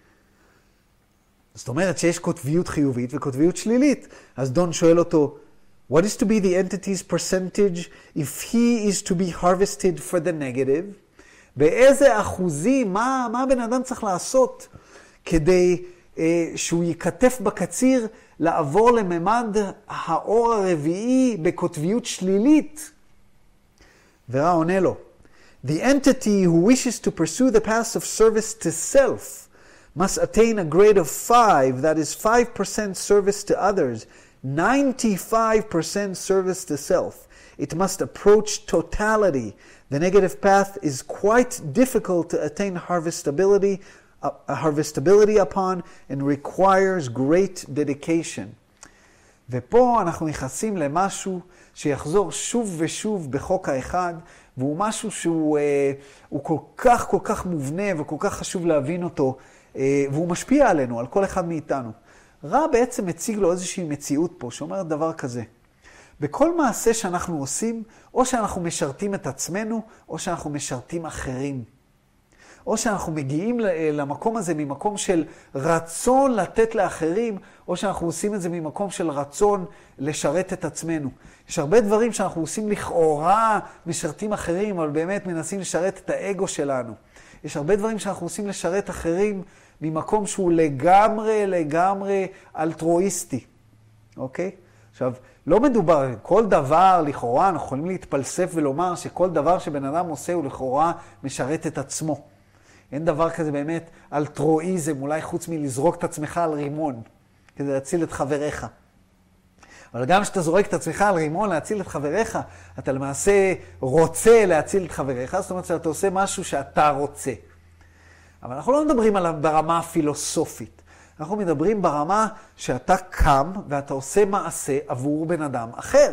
זאת אומרת שיש קוטביות חיובית וקוטביות שלילית. אז דון שואל אותו, What is to be the entity's percentage if he is to be harvested for the negative? באיזה אחוזים, מה הבן אדם צריך לעשות כדי שהוא יקטף בקציר לעבור לממד האור הרביעי בקוטביות שלילית? ורע עונה לו, The entity who wishes to pursue the path of service to self must attain a grade of 5, that is 5% service to others, 95% service to self. It must approach totality. The negative path is quite difficult to attain harvestability upon and requires great dedication. ופה אנחנו נכנסים למשהו שיחזור שוב ושוב בחוק האחד, והוא משהו שהוא כל כך מובנה וכל כך חשוב להבין אותו, והוא משפיע עלינו, על כל אחד מאיתנו. רע בעצם מציג לו איזושהי מציאות פה, שאומרת דבר כזה. בכל מעשה שאנחנו עושים, או שאנחנו משרתים את עצמנו, או שאנחנו משרתים אחרים. או שאנחנו מגיעים למקום הזה ממקום של רצון לתת לאחרים, או שאנחנו עושים את זה ממקום של רצון לשרת את עצמנו. יש הרבה דברים שאנחנו עושים לכאורה משרתים אחרים, אבל באמת מנסים לשרת את האגו שלנו. יש הרבה דברים שאנחנו עושים לשרת אחרים ממקום שהוא לגמרי אלטרואיסטי. אוקיי? עכשיו, לא מדובר, כל דבר לכאורה, אנחנו יכולים להתפלסף ולומר שכל דבר שבן אדם עושה הוא לכאורה משרת את עצמו. אין דבר כזה באמת אלטרואיזם, אולי חוץ מלזרוק את עצמך על רימון, כדי להציל את חבריך. אבל גם כשאתה זורק את עצמך על רימון להציל את חבריך, אתה למעשה רוצה להציל את חבריך, זאת אומרת שאתה עושה משהו שאתה רוצה. אבל אנחנו לא מדברים עליו ברמה הפילוסופית. אנחנו מדברים ברמה שאתה קם ואתה עושה מעשה עבור בן אדם אחר.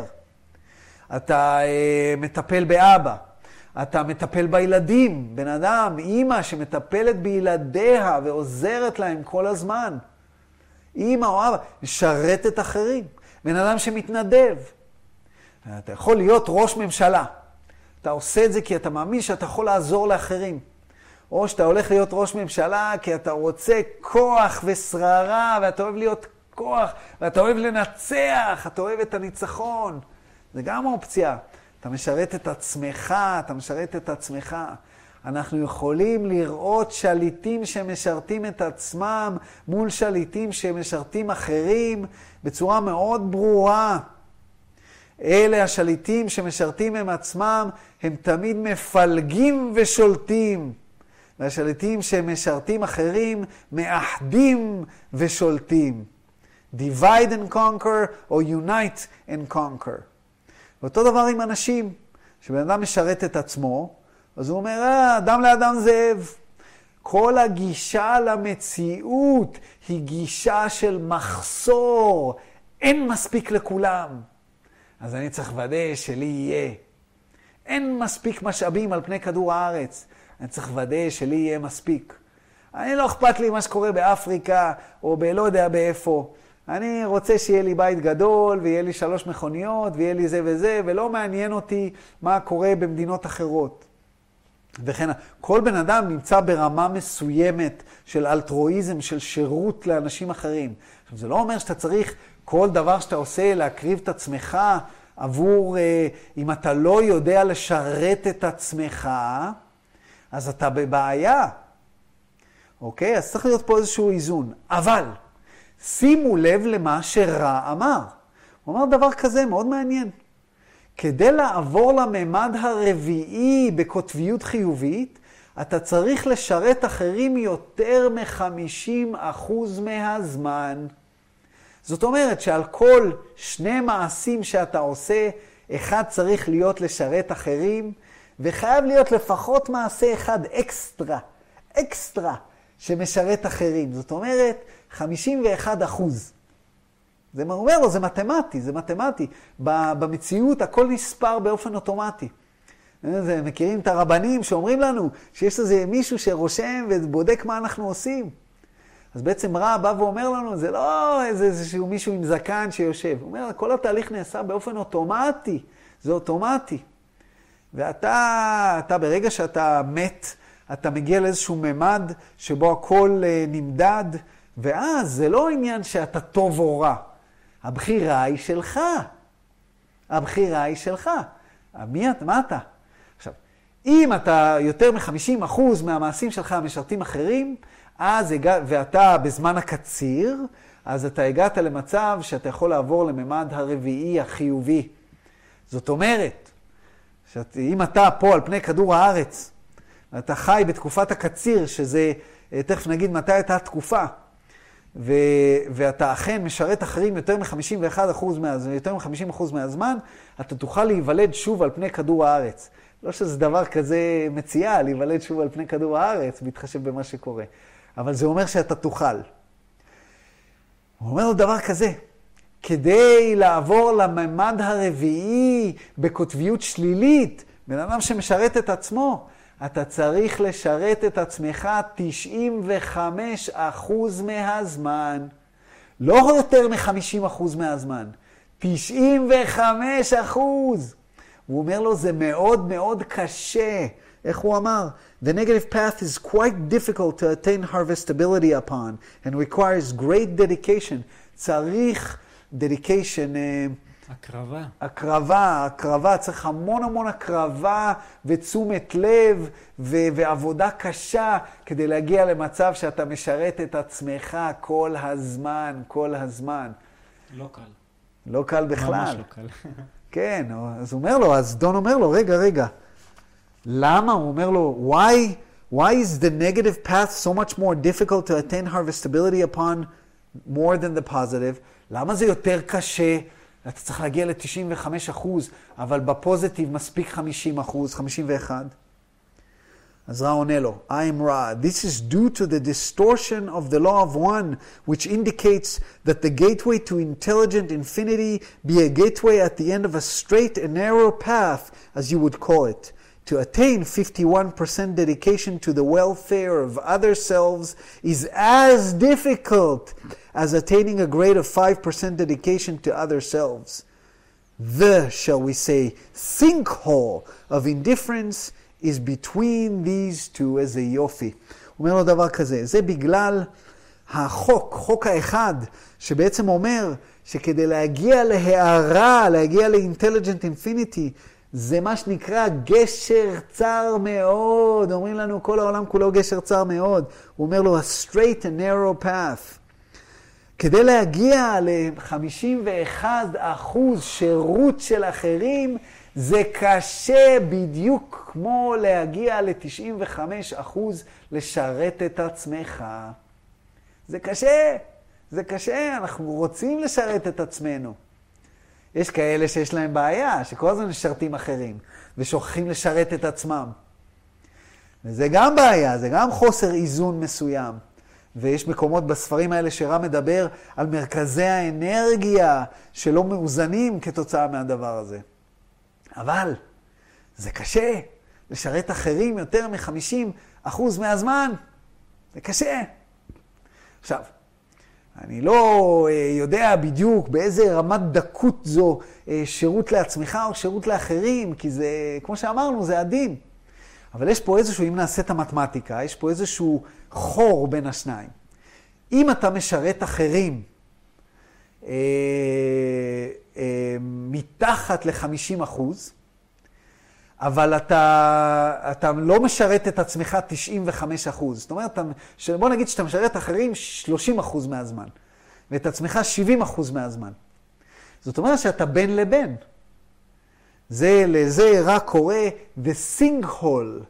אתה מטפל באבא. אתה מטפל בילדים, בן אדם, אמא שמטפלת בילדיה ועוזרת להם כל הזמן. אמא או אבא, משרתת אחרים. בן אדם שמתנדב. אתה יכול להיות ראש ממשלה. אתה עושה את זה כי אתה מאמין שאתה יכול לעזור לאחרים. או שאתה הולך להיות ראש ממשלה כי אתה רוצה כוח ושררה, ואתה אוהב להיות כוח, ואתה אוהב לנצח, אתה אוהב את הניצחון. זה גם אופציה. אתה משרת את עצמך, אתה משרת את עצמך. אנחנו יכולים לראות שליטים שמשרתים את עצמם מול שליטים שמשרתים אחרים בצורה מאוד ברורה. אלה השליטים שמשרתים הם עצמם, הם תמיד מפלגים ושולטים. והשליטים שמשרתים אחרים מאחדים ושולטים. Divide and conquer או unite and conquer. ואותו דבר עם אנשים, שבן אדם משרת את עצמו, אז הוא אומר, אדם לאדם זאב. כל הגישה למציאות היא גישה של מחסור, אין מספיק לכולם. אז אני צריך לוודא שלי יהיה. אין מספיק משאבים על פני כדור הארץ. אני צריך לוודא שלי יהיה מספיק. אני לא אכפת לי מה שקורה באפריקה, או בלא יודע באיפה. אני רוצה שיהיה לי בית גדול, ויהיה לי 3 מכוניות, ויהיה לי זה וזה, ולא מעניין אותי מה קורה במדינות אחרות. וכן, כל בן אדם נמצא ברמה מסוימת של אלטרואיזם, של שירות לאנשים אחרים. עכשיו, זה לא אומר שאתה צריך כל דבר שאתה עושה להקריב את עצמך עבור, אם אתה לא יודע לשרת את עצמך, אז אתה בבעיה. אוקיי? אז צריך להיות פה איזשהו איזון. אבל, שימו לב למה שרע אמר. הוא אמר דבר כזה מאוד מעניין. כדי לעבור לממד הרביעי בקוטביות חיובית, אתה צריך לשרת אחרים יותר מ-50% מהזמן. זאת אומרת שעל כל 2 מעשים שאתה עושה, אחד צריך להיות לשרת אחרים, וחייב להיות לפחות מעשה אחד אקסטרה, שמשרת אחרים. זאת אומרת, 51%. זה מה הוא אומר לו, זה מתמטי. במציאות הכל נספר באופן אוטומטי. מכירים את הרבנים שאומרים לנו שיש איזה מישהו שרושם ובודק מה אנחנו עושים. אז בעצם רע בא ואומר לנו, זה לא איזשהו מישהו עם זקן שיושב. הוא אומר, כל התהליך נעשה באופן אוטומטי. זה אוטומטי. ואתה ברגע שאתה מת, אתה מגיע לאיזשהו ממד שבו הכל נמדד, ואז זה לא עניין שאתה טוב או רע. הבחירה היא שלך. מה אתה? עכשיו, אם אתה יותר מ-50% מהמעשים שלך משרתים אחרים, ואתה בזמן הקציר, אז אתה הגעת למצב שאתה יכול לעבור לממד הרביעי החיובי. זאת אומרת, שאם אתה פה על פני כדור הארץ, אתה חי בתקופת הקציר, שזה, תכף נגיד מתי הייתה התקופה, ואתה אכן משרת אחרים יותר מ-50% מהזמן, אתה תוכל להיוולד שוב על פני כדור הארץ. לא שזה דבר כזה מציע, להיוולד שוב על פני כדור הארץ, בהתחשב במה שקורה. אבל זה אומר שאתה תוכל. הוא אומר לו דבר כזה, כדי לעבור לממד הרביעי בקוטביות שלילית, בן אדם שמשרת את עצמו, אתה צריך לשרת את עצמך 95% מהזמן. לא יותר מ-50% מהזמן. 95%. הוא אומר לו, זה מאוד מאוד קשה. איך הוא אמר? The negative path is quite difficult to attain harvestability upon and requires great dedication. צריך dedication, הקרבה, צריך המון הקרבה ותשומת לב ועבודה קשה כדי להגיע למצב שאתה משרת את עצמך כל הזמן. לא קל בכלל. ממש לא קל. כן, אז הוא אומר לו, אז דון אומר לו, רגע. למה? הוא אומר לו, why is the negative path so much more difficult to attain harvestability upon more than the positive? למה זה יותר קשה? אתה צריך להגיע ל-95%, אבל בפוזיטיב מספיק 50%, 51. אז רע עונה לו, I am Ra. This is due to the distortion of the law of one, which indicates that the gateway to intelligent infinity be a gateway at the end of a straight and narrow path, as you would call it. To attain 51% dedication to the welfare of other selves is as difficult as attaining a grade of 5% dedication to other selves. The, shall we say, sinkhole of indifference is between these two. איזה יופי. הוא אומר לו דבר כזה, זה בגלל חוק האחד, שבעצם אומר שכדי להגיע להערה, להגיע ל-intelligent infinity, זה מה שנקרא גשר צר מאוד. אומרים לנו כל העולם כולו גשר צר מאוד. הוא אומר לו, a straight and narrow path. כדי להגיע ל-51% שירות של אחרים, זה קשה בדיוק כמו להגיע ל-95% לשרת את עצמך. זה קשה, אנחנו רוצים לשרת את עצמנו. יש כאלה שיש להם בעיה, שכל הזמן משרתים אחרים, ושוכחים לשרת את עצמם. וזה גם בעיה, זה גם חוסר איזון מסוים. ויש מקומות בספרים האלה שרע מדבר על מרכזי האנרגיה שלא מאוזנים כתוצאה מהדבר הזה. אבל זה קשה. לשרת אחרים יותר מ-50% מהזמן, זה קשה. עכשיו, אני לא יודע בדיוק באיזה רמת דקות זו שירות לעצמך או שירות לאחרים, כי זה, כמו שאמרנו, זה הדין. אבל יש פה איזשהו, אם נעשה את המתמטיקה, יש פה איזשהו חור בין השניים. אם אתה משרת אחרים מתחת ל-50%, אבל אתה לא משרת את עצמך 95%. זאת אומרת, בוא נגיד שאתה משרת אחרים 30% מהזמן, ואת עצמך 70% מהזמן. זאת אומרת שאתה בין לבין. לזה רק קורא the sinkhole,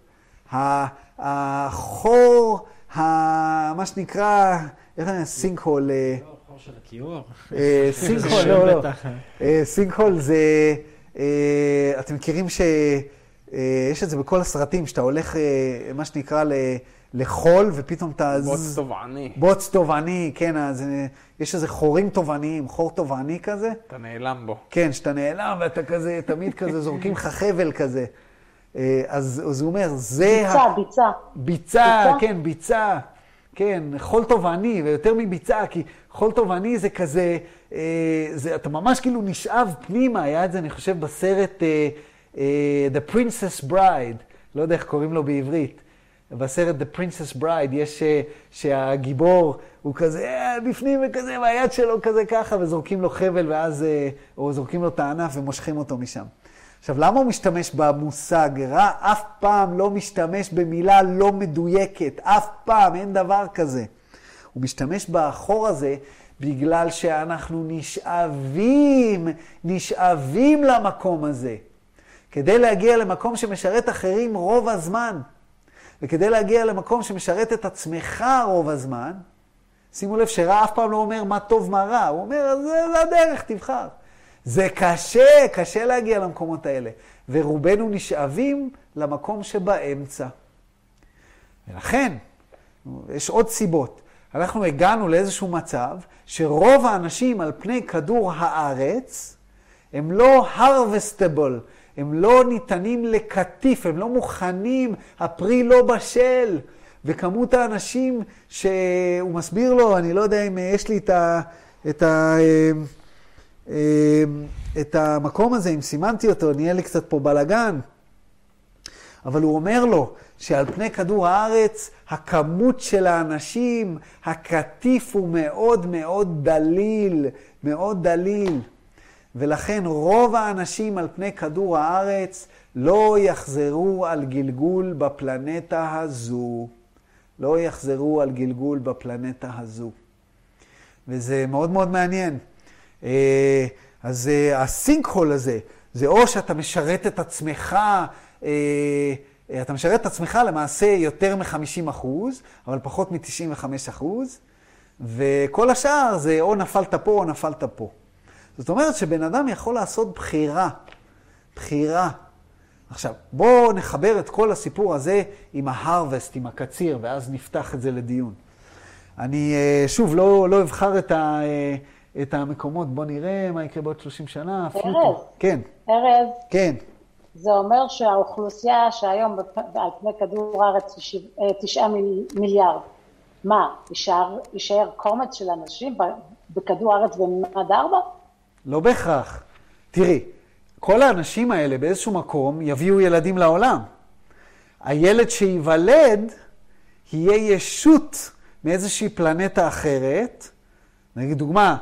החור, מה שנקרא, איך אני סינקהול? חור של הכיור. סינקהול, לא. סינקהול זה, אתם מכירים שיש את זה בכל הסרטים, שאתה הולך, מה שנקרא, לחול, ופתאום אתה... בוץ טובעני. בוץ טובעני, כן, אז יש איזה חורים טובעניים, חור טובעני כזה. אתה נעלם בו. כן, שאתה נעלם ואתה כזה, תמיד כזה, זורקים לך חבל כזה. אז הוא אומר, זה... ביצה, כן, ביצה. כן, חול טובעני, ויותר מביצה, כי חול טובעני זה כזה, אתה ממש כאילו נשאב פנימה, היה את זה, אני חושב, בסרט The Princess Bride, לא יודע איך קוראים לו בעברית, בסרט The Princess Bride יש שהגיבור הוא כזה בפנים וכזה, והיד שלו כזה ככה, וזורקים לו חבל, ואז, או זורקים לו את הענף ומושכים אותו משם. עכשיו, למה הוא משתמש במושג? רע אף פעם לא משתמש במילה לא מדויקת, אף פעם, אין דבר כזה. הוא משתמש בחור הזה בגלל שאנחנו נשאבים למקום הזה. כדי להגיע למקום שמשרת אחרים רוב הזמן, וכדי להגיע למקום שמשרת את עצמך רוב הזמן, שימו לב שרע אף פעם לא אומר מה טוב מה רע, הוא אומר זה הדרך, תבחר. זה קשה להגיע למקומות האלה. ורובנו נשאבים למקום שבאמצע. ולכן, יש עוד סיבות. אנחנו הגענו לאיזשהו מצב שרוב האנשים על פני כדור הארץ הם לא harvestable, הם לא ניתנים לקטיף, הם לא מוכנים, הפרי לא בשל. וכמות האנשים שהוא מסביר לו, אני לא יודע אם יש לי את המקום הזה, אם סימנתי אותו, נהיה לי קצת פה בלגן. אבל הוא אומר לו שעל פני כדור הארץ, הכמות של האנשים, הקטיף הוא מאוד מאוד דליל, מאוד דליל. ולכן רוב האנשים על פני כדור הארץ לא יחזרו על גלגול בפלנטה הזו. לא יחזרו על גלגול בפלנטה הזו. וזה מאוד מאוד מעניין. אז הסינקהול הזה, זה או שאתה משרת את עצמך, אתה משרת את עצמך למעשה יותר מ-50%, אבל פחות מ-95%, וכל השאר זה או נפלת פה או נפלת פה. זאת אומרת שבן אדם יכול לעשות בחירה. עכשיו, בואו נחבר את כל הסיפור הזה עם ההרווסט, עם הקציר, ואז נפתח את זה לדיון. אני שוב לא אבחר את המקומות, בוא נראה מה יקרה בעוד 30 שנה. ארז. כן. ארז. כן. זה אומר שהאוכלוסייה שהיום על פני כדור הארץ 9 מיליארד, מה, יישאר קומץ של אנשים בכדור הארץ בממד 4? לא בהכרח. תראי, כל האנשים האלה באיזשהו מקום יביאו ילדים לעולם. הילד שיוולד יהיה ישות מאיזושהי פלנטה אחרת. נגיד דוגמה,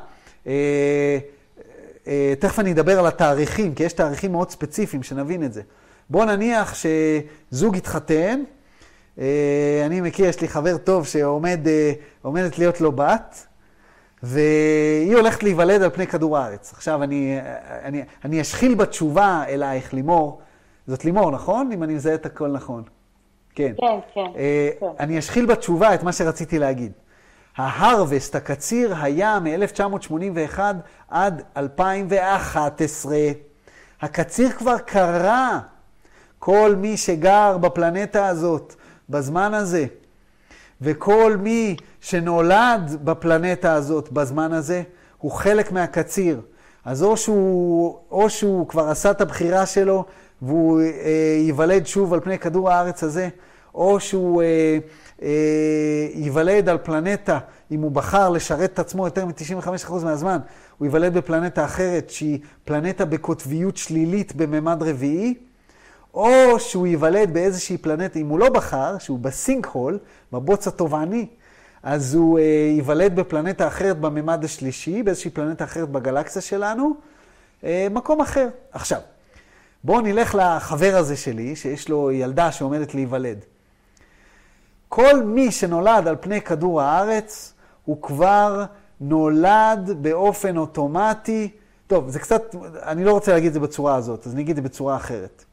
תכף אני אדבר על התאריכים, כי יש תאריכים מאוד ספציפיים שנבין את זה. בוא נניח שזוג התחתן, אני מכיר, יש לי חבר טוב שעומדת להיות לו בת, והיא הולכת להיוולד על פני כדור הארץ. עכשיו אני אשחיל בתשובה אלייך, לימור. זאת לימור, נכון? אם אני מזהה את הכל נכון. כן. כן. אני אשחיל בתשובה את מה שרציתי להגיד. ההרווסט, הקציר, היה מ-1981 עד 2011. הקציר כבר קרה. כל מי שגר בפלנטה הזאת, בזמן הזה, וכל מי שנולד בפלנטה הזאת בזמן הזה, הוא חלק מהקציר. אז או שהוא כבר עשה את הבחירה שלו, והוא ייוולד שוב על פני כדור הארץ הזה, או שהוא ייוולד על פלנטה, אם הוא בחר לשרת את עצמו יותר מ-95% מהזמן, הוא ייוולד בפלנטה אחרת שהיא פלנטה בקוטביות שלילית בממד רביעי, או שהוא ייוולד באיזושהי פלנטה, אם הוא לא בחר, שהוא בסינק-הול, בבוץ הטובעני, אז הוא ייוולד בפלנטה אחרת בממד השלישי, באיזושהי פלנטה אחרת בגלקסיה שלנו, מקום אחר. עכשיו, בואו נלך לחבר הזה שלי, שיש לו ילדה שעומדת להיוולד. כל מי שנולד על פני כדור הארץ, הוא כבר נולד באופן אוטומטי. טוב, זה קצת, אני לא רוצה להגיד את זה בצורה הזאת, אז אני אגיד את זה בצורה אחרת.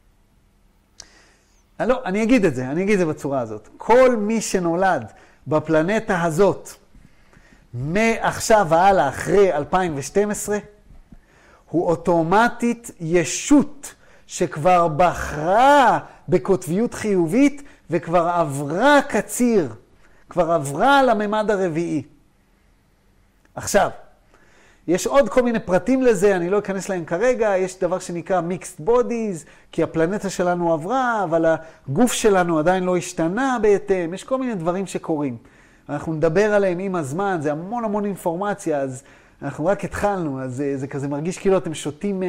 לא, אני אגיד את זה בצורה הזאת. כל מי שנולד בפלנטה הזאת, מעכשיו והלאה אחרי 2012, הוא אוטומטית ישות שכבר בחרה בקוטביות חיובית וכבר עברה קציר, כבר עברה לממד הרביעי. עכשיו, יש עוד כל מיני פרטים לזה, אני לא אכנס להם כרגע, יש דבר שנקרא mixed bodies, כי הפלנטה שלנו עברה, אבל הגוף שלנו עדיין לא השתנה בהתאם, יש כל מיני דברים שקורים. אנחנו נדבר עליהם עם הזמן, זה המון אינפורמציה, אז אנחנו רק התחלנו, אז זה כזה מרגיש כאילו אתם שותים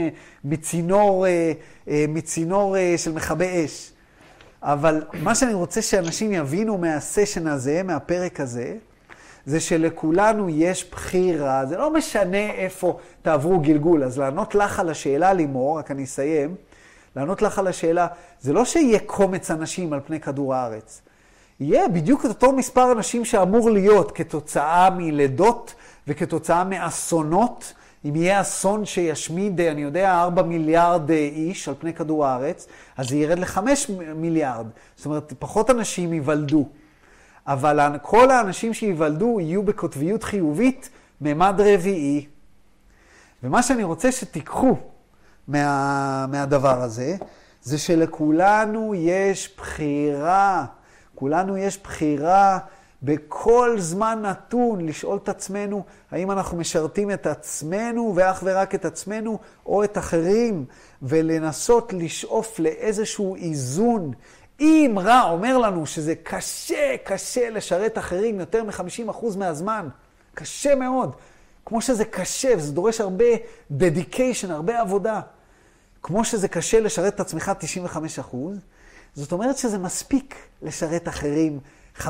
מצינור של מכבי אש. אבל מה שאני רוצה שאנשים יבינו מהסשן הזה, מהפרק הזה, זה שלכולנו יש בחירה, זה לא משנה איפה תעברו גלגול. אז לענות לך על השאלה, לימור, רק אני אסיים, לענות לך על השאלה, זה לא שיהיה קומץ אנשים על פני כדור הארץ. יהיה בדיוק את אותו מספר אנשים שאמור להיות כתוצאה מלידות וכתוצאה מאסונות. אם יהיה אסון שישמיד, אני יודע, 4 מיליארד איש על פני כדור הארץ, אז זה ירד ל5 מיליארד. זאת אומרת, פחות אנשים ייוולדו. אבל כל האנשים שיוולדו יהיו בקוטביות חיובית ממד רביעי. ומה שאני רוצה שתיקחו מהדבר הזה, זה שלכולנו יש בחירה. כולנו יש בחירה בכל זמן נתון לשאול את עצמנו, האם אנחנו משרתים את עצמנו ואך ורק את עצמנו או את אחרים, ולנסות לשאוף לאיזשהו איזון. אם רע אומר לנו שזה קשה לשרת אחרים יותר מ-50% מהזמן, קשה מאוד, כמו שזה קשה, וזה דורש הרבה dedication, הרבה עבודה, כמו שזה קשה לשרת את עצמך 95%, זאת אומרת שזה מספיק לשרת אחרים 55%.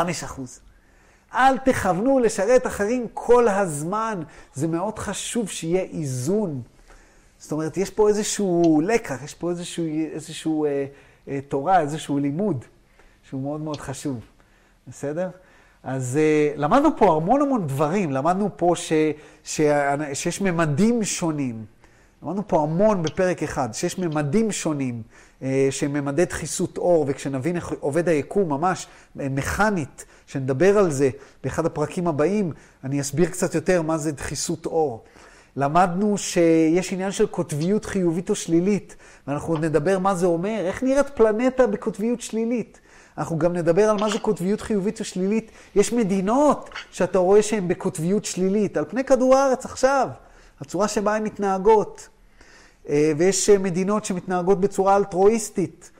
אל תכוונו לשרת אחרים כל הזמן, זה מאוד חשוב שיהיה איזון. זאת אומרת, יש פה איזשהו לקח, יש פה איזשהו תורה, איזשהו לימוד, שהוא מאוד מאוד חשוב. בסדר? אז למדנו פה המון דברים, למדנו פה שיש ממדים שונים. למדנו פה המון בפרק אחד, שיש ממדים שונים, שהם ממדי דחיסות אור, וכשנבין איך עובד היקום ממש מכנית, שנדבר על זה באחד הפרקים הבאים, אני אסביר קצת יותר מה זה דחיסות אור. למדנו שיש עניין של קוטביות חיובית או שלילית, ואנחנו נדבר מה זה אומר, איך נראית פלנטה בקוטביות שלילית. אנחנו גם נדבר על מה זה קוטביות חיובית או שלילית. יש מדינות שאתה רואה שהן בקוטביות שלילית, על פני כדור הארץ עכשיו, הצורה שבה הן מתנהגות. ויש מדינות שמתנהגות בצורה אלטרואיסטית.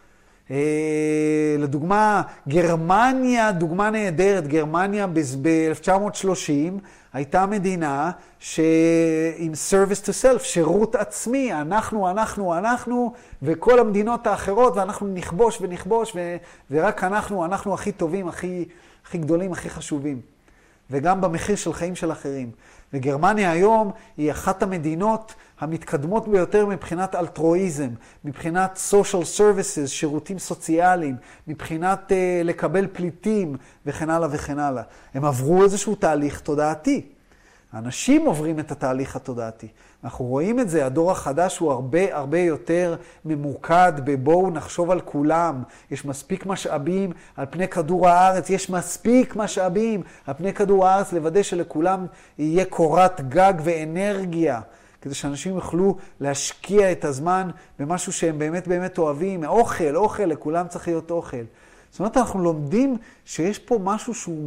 לדוגמה, גרמניה, דוגמה נהדרת, גרמניה ב-1930 הייתה מדינה עם service to self, שירות עצמי, אנחנו, וכל המדינות האחרות, ואנחנו נכבוש, ורק אנחנו הכי טובים, הכי גדולים, הכי חשובים. וגם במחיר של חיים של אחרים. וגרמניה היום היא אחת המדינות המתקדמות ביותר מבחינת אלטרואיזם, מבחינת social services, שירותים סוציאליים, מבחינת לקבל פליטים וכן הלאה וכן הלאה. הם עברו איזשהו תהליך תודעתי. האנשים עוברים את התהליך התודעתי. אנחנו רואים את זה, הדור החדש הוא הרבה יותר ממוקד בבואו נחשוב על כולם. יש מספיק משאבים על פני כדור הארץ, יש מספיק משאבים על פני כדור הארץ לוודא שלכולם יהיה קורת גג ואנרגיה, כדי שאנשים יוכלו להשקיע את הזמן במשהו שהם באמת אוהבים. אוכל, לכולם צריך להיות אוכל. זאת אומרת, אנחנו לומדים שיש פה משהו שהוא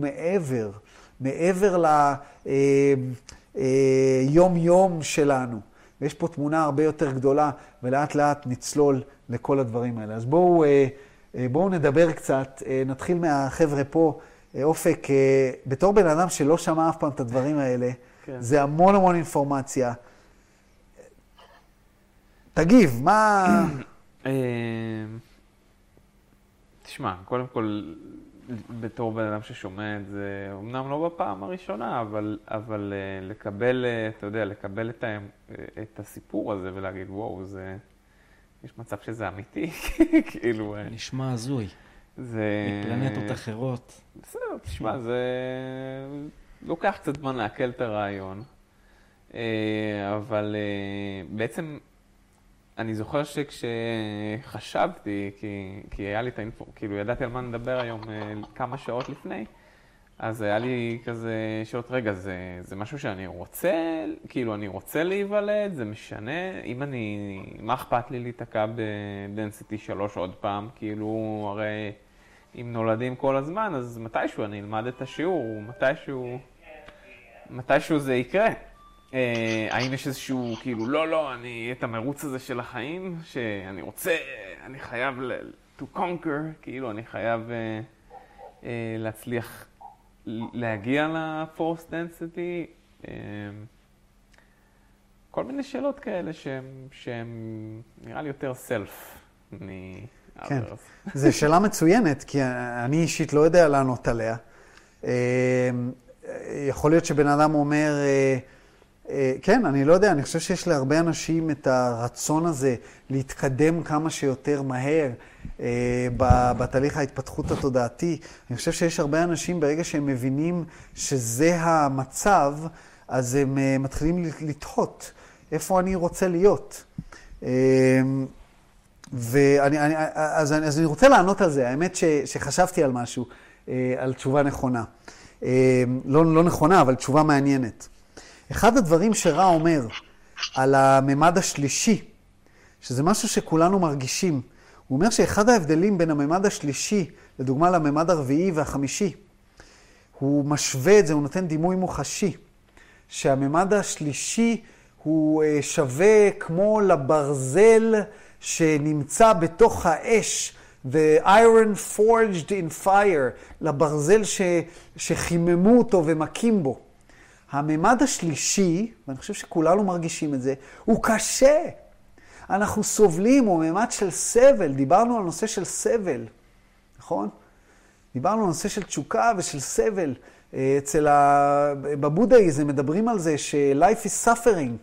מעבר ליום-יום שלנו. ויש פה תמונה הרבה יותר גדולה, ולאט לאט נצלול לכל הדברים האלה. אז בואו נדבר קצת, נתחיל מהחבר'ה פה. אופק, בתור בן אדם שלא שמע אף פעם את הדברים האלה, כן. זה המון המון אינפורמציה. תגיב, מה... תשמע, קודם כל, בתור בן אדם ששומע את זה, אמנם לא בפעם הראשונה, אבל לקבל, אתה יודע, לקבל את הסיפור הזה ולהגיד, וואו, יש מצב שזה אמיתי, כאילו... נשמע הזוי. זה... מפלנטות אחרות. בסדר, תשמע, זה... לוקח קצת זמן לעכל את הרעיון, אבל בעצם אני זוכר שכשחשבתי, כי היה לי את האינפור, כאילו ידעתי על מה נדבר היום כמה שעות לפני, אז היה לי כזה שעות, רגע, זה משהו שאני רוצה, כאילו אני רוצה להיוולד, זה משנה, מה אכפת לי להתעקע בדנסיטי 3 עוד פעם, כאילו הרי אם נולדים כל הזמן, אז מתישהו אני אלמד את השיעור, מתישהו זה יקרה. האם יש איזשהו, כאילו, לא, את המרוץ הזה של החיים, שאני רוצה, אני חייב to conquer, כאילו, אני חייב להצליח להגיע ל-force density. כל מיני שאלות כאלה שהן נראה לי יותר self כן, זו שאלה מצוינת, כי אני אישית לא יודע לענות עליה. יכול להיות שבן אדם אומר, כן, אני לא יודע, אני חושב שיש להרבה אנשים את הרצון הזה להתקדם כמה שיותר מהר בתהליך ההתפתחות התודעתי. אני חושב שיש הרבה אנשים ברגע שהם מבינים שזה המצב, אז הם מתחילים לתהות איפה אני רוצה להיות. אז אני רוצה לענות על זה. האמת שחשבתי על משהו, על תשובה נכונה. לא נכונה, אבל תשובה מעניינת. אחד הדברים שרע אומר על הממד השלישי, שזה משהו שכולנו מרגישים, הוא אומר שאחד ההבדלים בין הממד השלישי, לדוגמה לממד הרביעי והחמישי, הוא משווה את זה, הוא נותן דימוי מוחשי, שהממד השלישי הוא שווה כמו לברזל שנמצא בתוך האש, the iron forged in fire, לברזל שחיממו אותו ומקים בו. הממד השלישי, ואני חושב שכולנו מרגישים את זה, הוא קשה. אנחנו סובלים, הוא ממד של סבל. דיברנו על נושא של סבל, נכון? דיברנו על נושא של תשוקה ושל סבל. בבודהיזם מדברים על זה ש-life is suffering.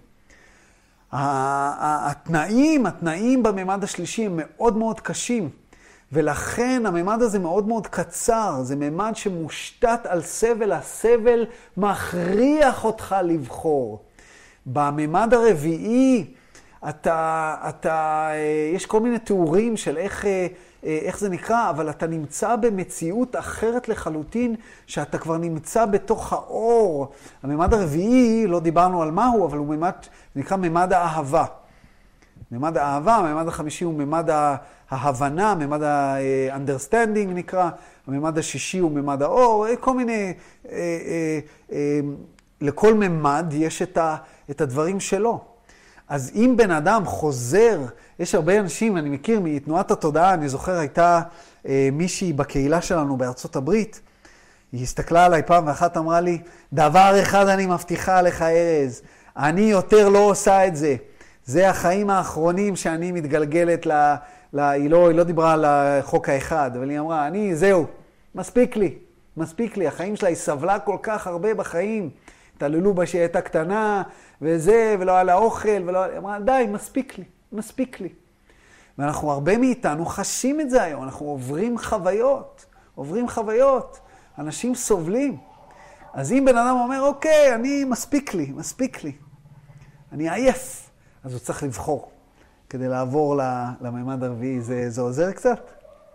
התנאים בממד השלישי הם מאוד מאוד קשים. ולכן הממד הזה מאוד מאוד קצר, זה ממד שמושתת על סבל, הסבל מכריח אותך לבחור. בממד הרביעי, יש כל מיני תיאורים של איך זה נקרא, אבל אתה נמצא במציאות אחרת לחלוטין, שאתה כבר נמצא בתוך האור. הממד הרביעי, לא דיברנו על מהו, אבל הוא נקרא ממד האהבה. ממד האהבה, הממד החמישי הוא ממד ההבנה, ממד ה-understanding נקרא, הממד השישי הוא ממד האור, כל מיני, לכל ממד יש את הדברים שלו. אז אם בן אדם חוזר, יש הרבה אנשים, אני מכיר מתנועת התודעה, אני זוכר הייתה מישהי בקהילה שלנו בארצות הברית, היא הסתכלה עליי פעם ואחת אמרה לי, דבר אחד אני מבטיחה לך ארז, אני יותר לא עושה את זה. זה החיים האחרונים שאני מתגלגלת היא לא דיברה על החוק האחד, אבל היא אמרה, זהו, מספיק לי. החיים שלה, היא סבלה כל כך הרבה בחיים. התעללו בה שהיא הייתה קטנה, ולא היה לה אוכל, היא אמרה, די, מספיק לי. ואנחנו, הרבה מאיתנו חשים את זה היום, אנחנו עוברים חוויות. אנשים סובלים. אז אם בן אדם אומר, אוקיי, מספיק לי. אני עייף. אז הוא צריך לבחור כדי לעבור לממד הרביעי. זה עוזר קצת?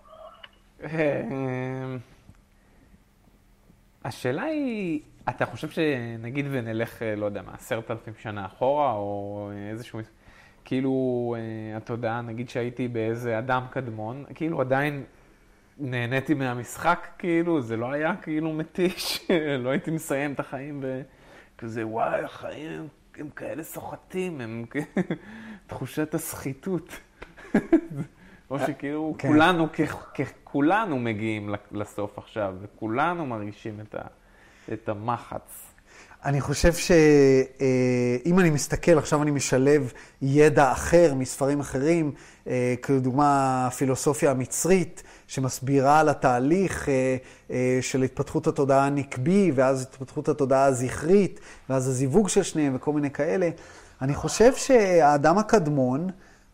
השאלה היא, אתה חושב שנגיד ונלך, לא יודע מה, 10,000 שנה אחורה, או איזשהו, כאילו, אתה יודע, נגיד שהייתי באיזה אדם קדמון, כאילו עדיין נהניתי מהמשחק, כאילו, זה לא היה כאילו מתיש, לא הייתי מסיים את החיים וכזה, וואי, החיים הם כאלה סוחטים, הם תחושת הסחיתות. או שכאילו כן. כולנו מגיעים לסוף עכשיו, וכולנו מרגישים את המחץ. אני חושב שאם אני מסתכל, עכשיו אני משלב ידע אחר מספרים אחרים, כדוגמה הפילוסופיה המצרית, שמסבירה על התהליך של התפתחות התודעה הנקבי, ואז התפתחות התודעה הזכרית, ואז הזיווג של שניהם וכל מיני כאלה. אני חושב שהאדם הקדמון,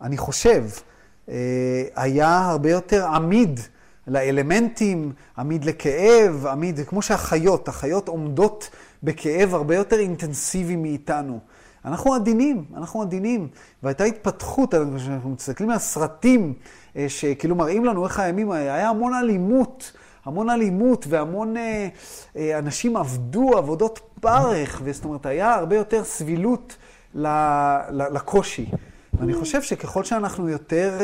היה הרבה יותר עמיד לאלמנטים, עמיד לכאב, עמיד, כמו שהחיות עומדות בכאב הרבה יותר אינטנסיבי מאיתנו. אנחנו עדינים, והייתה התפתחות, אנחנו מסתכלים על הסרטים שכאילו מראים לנו איך הימים, היה המון אלימות והמון אנשים עבדו עבודות פרך, זאת אומרת, היה הרבה יותר סבילות לקושי. ואני חושב שככל שאנחנו יותר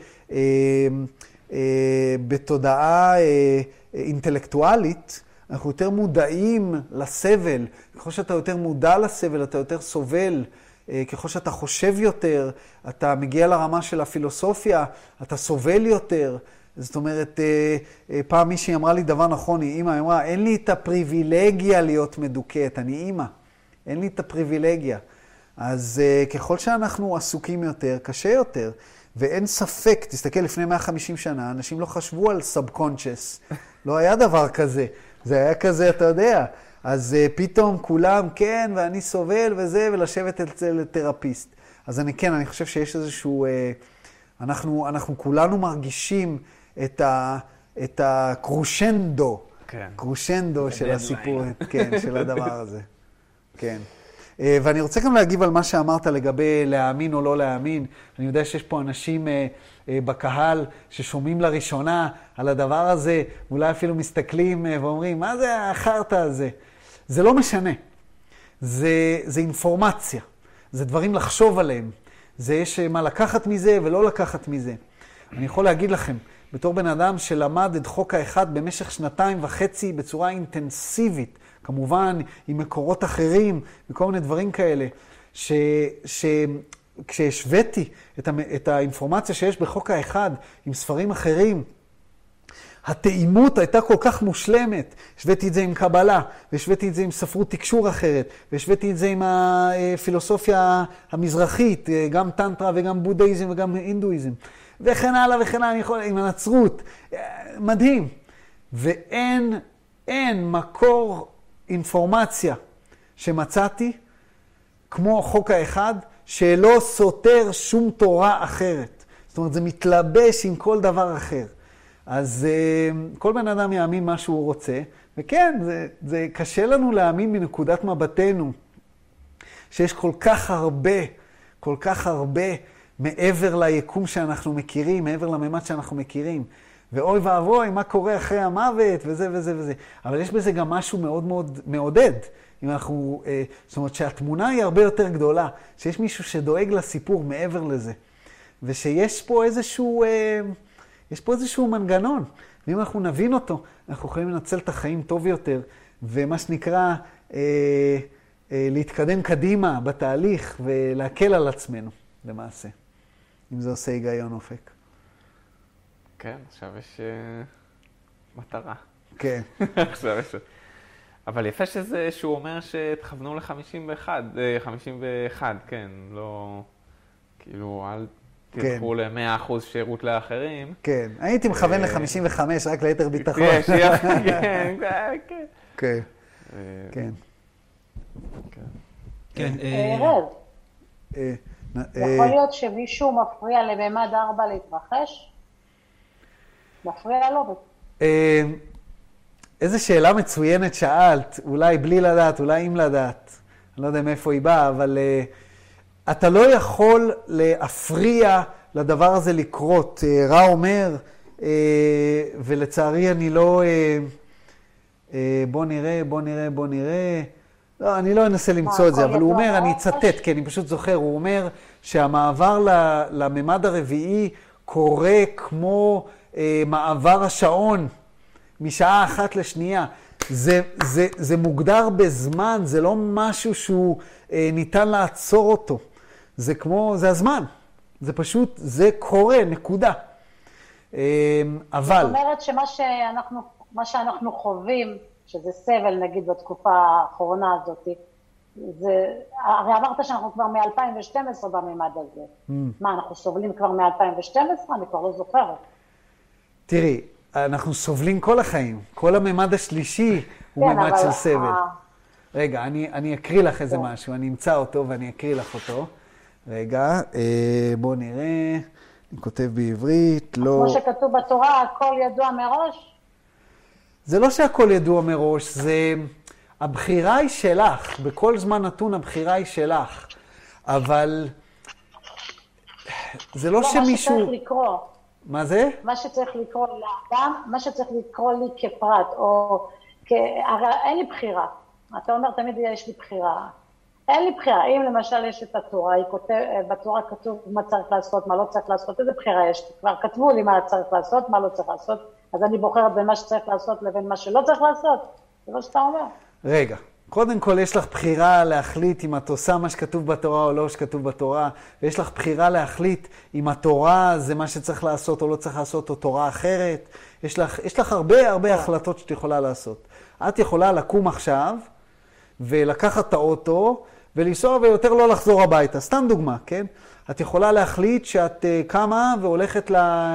בתודעה אינטלקטואלית, אנחנו יותר מודעים לסבל. ככל שאתה יותר מודע לסבל, אתה יותר סובל. ככל שאתה חושב יותר, אתה מגיע לרמה של הפילוסופיה, אתה סובל יותר. זאת אומרת, פעם מישהי אמרה לי דבר נכון, היא אמרה, אין לי את הפריבילגיה להיות מדוכאת, אני אימא. אין לי את הפריבילגיה. אז ככל שאנחנו עסוקים יותר, קשה יותר. ואין ספק, תסתכל, לפני 150 שנה, אנשים לא חשבו על סאבקונצ'ס. לא היה דבר כזה. זה היה כזה, אתה יודע. אז פתאום כולם, כן, ואני סובל וזה, ולשבת אצל תרפיסט. אז אני חושב שיש איזשהו, אנחנו כולנו מרגישים את הקרושנדו, כן. קרושנדו של הסיפור, כן, של הדבר הזה. כן. ואני רוצה גם להגיב על מה שאמרת לגבי להאמין או לא להאמין. אני יודע שיש פה אנשים בקהל ששומעים לראשונה על הדבר הזה, אולי אפילו מסתכלים ואומרים, מה זה האחרת הזה? זה לא משנה. זה אינפורמציה. זה דברים לחשוב עליהם. זה יש מה לקחת מזה ולא לקחת מזה. אני יכול להגיד לכם, בתור בן אדם שלמד את חוק האחד במשך 2.5 בצורה אינטנסיבית, כמובן עם מקורות אחרים וכל מיני דברים כאלה, כשהשוויתי את האינפורמציה שיש בחוק האחד עם ספרים אחרים, התאימות הייתה כל כך מושלמת. השוויתי את זה עם קבלה, והשוויתי את זה עם ספרות תקשור אחרת, והשוויתי את זה עם הפילוסופיה המזרחית, גם טנטרה וגם בודהיזם וגם הינדואיזם, וכן הלאה וכן הלאה, עם הנצרות. מדהים. ואין מקור אינפורמציה שמצאתי, כמו חוק האחד, שלא סותר שום תורה אחרת. זאת אומרת, זה מתלבש עם כל דבר אחר. אז כל בן אדם יאמין מה שהוא רוצה, וכן, זה קשה לנו להאמין מנקודת מבטנו, שיש כל כך הרבה מעבר ליקום שאנחנו מכירים, מעבר לממד שאנחנו מכירים. ואוי ואבוי, מה קורה אחרי המוות, וזה וזה וזה. אבל יש בזה גם משהו מאוד מאוד מעודד. אם אנחנו, זאת אומרת שהתמונה היא הרבה יותר גדולה, שיש מישהו שדואג לסיפור מעבר לזה. ושיש פה איזשהו מנגנון. ואם אנחנו נבין אותו, אנחנו יכולים לנצל את החיים טוב יותר, ומה שנקרא, להתקדם קדימה בתהליך, ולהקל על עצמנו, למעשה. אם זה עושה היגיון אופק. כן, עכשיו יש מטרה. כן. עכשיו יש... אבל יפה שזה שהוא אומר שתכוונו ל-51, 51, כן, לא... כאילו, אל תלכו ל-100% שירות לאחרים. כן, הייתי מכוון ל-55, רק ליתר ביטחון. כן, כן, כן. כן. כן. רב, יכול להיות שמישהו מפריע לממד 4 להתרחש? מפריע לו? איזו שאלה מצוינת שאלת, אולי בלי לדעת, אולי עם לדעת. אני לא יודע מאיפה היא באה, אבל אתה לא יכול להפריע לדבר הזה לקרות. רע אומר, ולצערי אני לא... בוא נראה. לא, אני לא אנסה למצוא את זה, אבל הוא אומר, אני אצטט, כי אני פשוט זוכר, הוא אומר שהמעבר לממד הרביעי קורה כמו מעבר השעון, משעה אחת לשנייה. זה מוגדר בזמן, זה לא משהו שהוא ניתן לעצור אותו. זה הזמן. זה פשוט, זה קורה, נקודה. אבל... זאת אומרת שמה שאנחנו חווים, שזה סבל נגיד בתקופה האחרונה הזאת, הרי אמרת שאנחנו כבר מ-2012 בממד הזה. מה, אנחנו סובלים כבר מ-2012? אני כבר לא זוכרת. תראי, אנחנו סובלים כל החיים. כל הממד השלישי הוא ממד של סבל. רגע, אני אקריא לך איזה משהו, אני אמצא אותו ואני אקריא לך אותו. רגע, בוא נראה, אני כותב בעברית, לא... כמו שכתוב בתורה, הכל ידוע מראש? זה לא שהכל ידוע מראש, זה... הבחירה היא שלך, בכל זמן נתון הבחירה היא שלך, אבל זה לא שמישהו... מה שצריך לקרוא. מה זה? מה שצריך לקרוא לאדם, מה שצריך לקרוא לי כפרט, או הרי אין לי בחירה. אתה אומר תמיד יש לי בחירה. אין לי בחירה. אם למשל יש את התורה, בתורה כתוב מה צריך לעשות, מה לא צריך לעשות, איזה בחירה יש? כבר כתבו לי מה צריך לעשות, מה לא צריך לעשות, אז אני בוחרת בין מה שצריך לעשות לבין מה שלא צריך לעשות. זה מה שאתה אומר. רגע, קודם כל יש לך בחירה להחליט אם את עושה מה שכתוב בתורה או לא שכתוב בתורה, ויש לך בחירה להחליט אם התורה זה מה שצריך לעשות או לא צריך לעשות, או תורה אחרת. יש לך הרבה החלטות שאת יכולה לעשות. את יכולה לקום עכשיו ולקחת את האוטו ולנסוע ויותר לא לחזור הביתה. סתם דוגמה, כן? את יכולה להחליט שאת קמה והולכת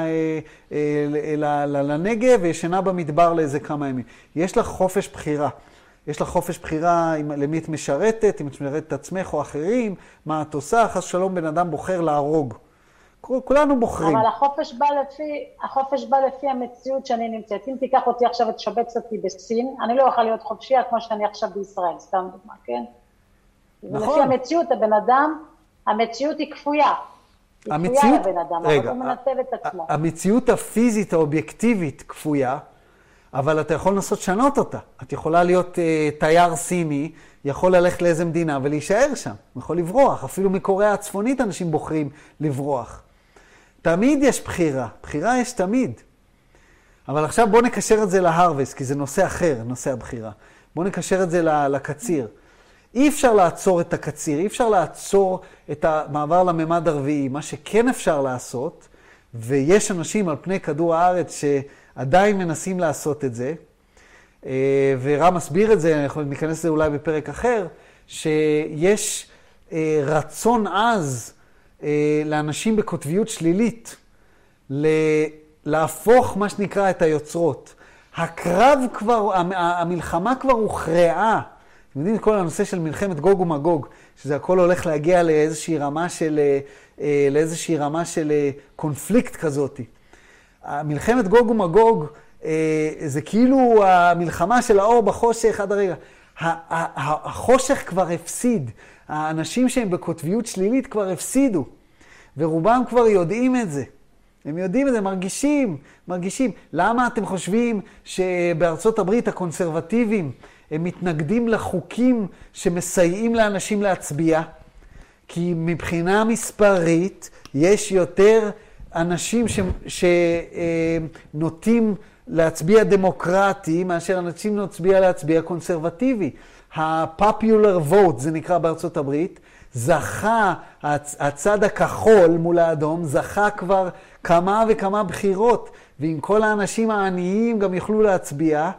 לנגב וישנה במדבר לאיזה כמה ימים. יש לך חופש בחירה. יש לך חופש בחירה למי את משרתת, אם את משרתת את עצמך או אחרים, מה את עושה, חס שלום בן אדם בוחר להרוג. כולנו בוחרים. אבל החופש בא לפי המציאות שאני נמצאת. אם תיקח אותי עכשיו ותשבץ אותי בסין, אני לא אוכל להיות חופשייה כמו שאני עכשיו בישראל, סתם דוגמה, כן? נכון. לפי המציאות, הבן אדם, המציאות היא כפויה. היא כפויה לבן אדם, אבל הוא מנתב את עצמו. המציאות הפיזית האובייקטיבית כפויה, אבל אתה יכול לנסות לשנות אותה. את יכולה להיות תייר סיני, יכול ללכת לאיזה מדינה ולהישאר שם. יכול לברוח. אפילו מקוריאה הצפונית אנשים בוחרים לברוח. תמיד יש בחירה. בחירה יש תמיד. אבל עכשיו בוא נקשר את זה להרווסט, כי זה נושא אחר, נושא הבחירה. בוא נקשר את זה לקציר. אי אפשר לעצור את הקציר, אי אפשר לעצור את המעבר לממד הרביעי. מה שכן אפשר לעשות, ויש אנשים על פני כדור הארץ שעדיין מנסים לעשות את זה, ורם מסביר את זה, אנחנו ניכנס לזה אולי בפרק אחר, שיש רצון עז לאנשים בקוטביות שלילית, להפוך מה שנקרא את היוצרות. הקרב כבר, המלחמה כבר הוכרעה. אתם יודעים את כל הנושא של מלחמת גוג ומגוג, שזה הכל הולך להגיע לאיזושהי רמה של קונפליקט כזאת. מלחמת גוג ומגוג זה כאילו המלחמה של האור בחושך עד הרגע. החושך כבר הפסיד. האנשים שהם בקוטביות שלילית כבר הפסידו. ורובם כבר יודעים את זה. הם יודעים את זה, מרגישים. למה אתם חושבים שבארצות הברית הקונסרבטיבים הם מתנגדים לחוקים שמסייעים לאנשים להצביע? כי מבחינה מספרית יש יותר אנשים שנוטים להצביע דמוקרטי מאשר אנשים להצביע קונסרבטיבי. ה-popular vote, זה נקרא בארצות הברית, זכה, הצד הכחול מול האדום, זכה כבר כמה וכמה בחירות, ואם כל האנשים העניים גם יוכלו להצביע,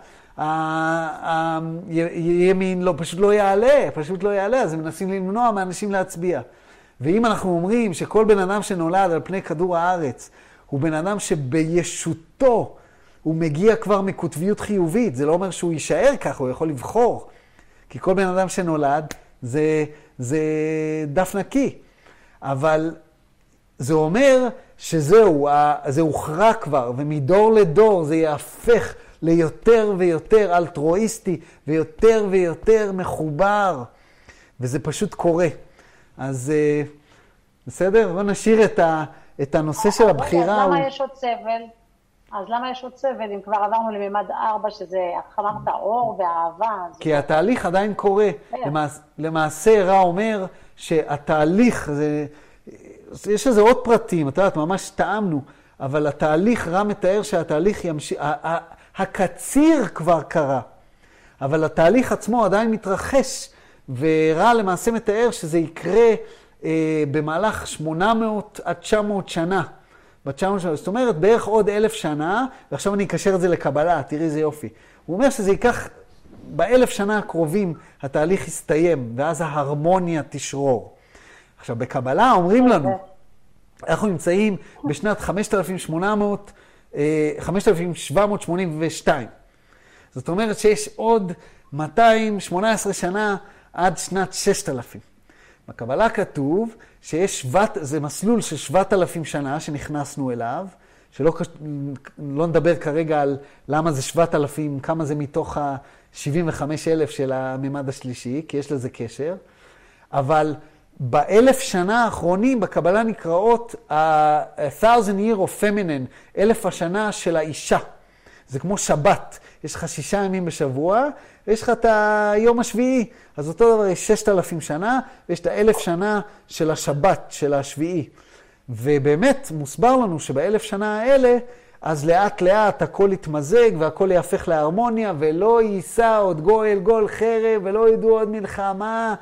הימין פשוט לא יעלה, אז הם מנסים למנוע מאנשים להצביע. ואם אנחנו אומרים שכל בן אדם שנולד על פני כדור הארץ, הוא בן אדם שבישותו הוא מגיע כבר מקוטביות חיובית, זה לא אומר שהוא יישאר ככה, הוא יכול לבחור. כי כל בן אדם שנולד זה דף נקי. אבל זה אומר שזהו, זה הוכרע כבר, ומדור לדור זה יהפך ליותר ויותר אלטרואיסטי, ויותר ויותר מחובר. וזה פשוט קורה. אז בסדר? בוא נשאיר את הנושא של הבחירה. אז למה יש עוד סבל? אז למה יש עוד סבל אם כבר עברנו לממד 4 שזה אמרת אור ואהבה? כי התהליך עדיין קורה. למעשה רע אומר שהתהליך, יש איזה עוד פרטים, אתה יודעת, ממש טעמנו, אבל התהליך רע מתאר שהתהליך ימשיך, הקציר כבר קרה, אבל התהליך עצמו עדיין מתרחש, ורע למעשה מתאר שזה יקרה במהלך 800 עד 900 שנה. בת 900 שנה. זאת אומרת, בערך עוד 1,000 שנה, ועכשיו אני אקשר את זה לקבלה, תראי איזה יופי. הוא אומר שזה ייקח, ב1,000 שנה הקרובים התהליך יסתיים, ואז ההרמוניה תשרור. עכשיו, בקבלה אומרים לנו, אנחנו נמצאים בשנת 5782. זאת אומרת שיש עוד 218 שנה עד שנת 6,000. בקבלה כתוב שיש זה מסלול של 7,000 שנה שנכנסנו אליו, לא נדבר כרגע על למה זה 7,000, כמה זה מתוך ה-75,000 של הממד השלישי, כי יש לזה קשר, אבל ב1,000 שנה האחרונים בקבלה נקראות ה-1,000 year of feminine, 1,000 השנה של האישה. זה כמו שבת, יש לך 6 ימים בשבוע, ויש לך את היום השביעי, אז אותו דבר יש 6,000 שנה, ויש את 1,000 שנה של השבת, של השביעי. ובאמת מוסבר לנו שב1,000 שנה האלה, אז לאט לאט הכל יתמזג והכל יהפך להרמוניה, ולא יישא עוד גואל גול חרב, ולא ידעו עוד מלחמה,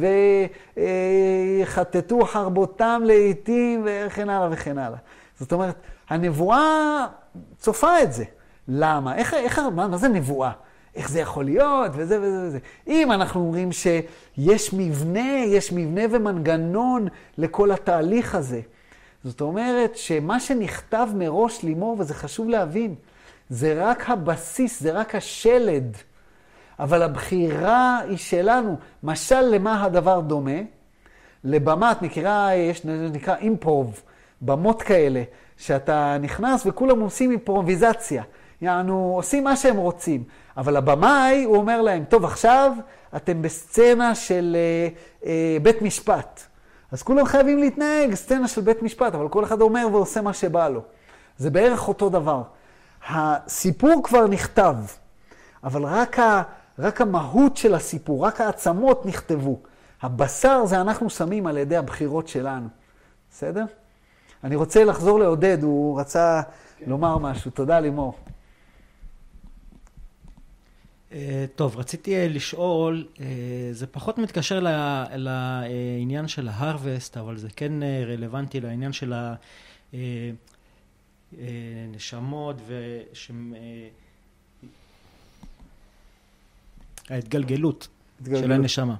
ויחטטו חרבותם לעתים, וכן הלאה וכן הלאה. זאת אומרת, הנבואה צופה את זה. למה? מה זה נבואה? איך זה יכול להיות? וזה וזה וזה. אם אנחנו אומרים שיש מבנה ומנגנון לכל התהליך הזה, זאת אומרת שמה שנכתב מראש לימור, וזה חשוב להבין, זה רק הבסיס, זה רק השלד. אבל הבחירה היא שלנו. משל למה הדבר דומה? לבמה, את מכירה, יש נקרא אימפרוב, במות כאלה, שאתה נכנס וכולם עושים אימפרוביזציה. יענו, עושים מה שהם רוצים. אבל הבמאי, הוא אומר להם, טוב, עכשיו אתם בסצנה של בית משפט. אז כולם חייבים להתנהג, סצנה של בית משפט, אבל כל אחד אומר ועושה מה שבא לו. זה בערך אותו דבר. הסיפור כבר נכתב, אבל רק המהות של הסיפור, רק העצמות נכתבו. הבשר זה אנחנו שמים על ידי הבחירות שלנו. בסדר? אני רוצה לחזור לעודד, הוא רצה לומר משהו. תודה לימור. טוב, רציתי לשאול, זה פחות מתקשר לעניין של ההרווסט, אבל זה כן רלוונטי לעניין של הנשמות ההתגלגלות של הנשמה.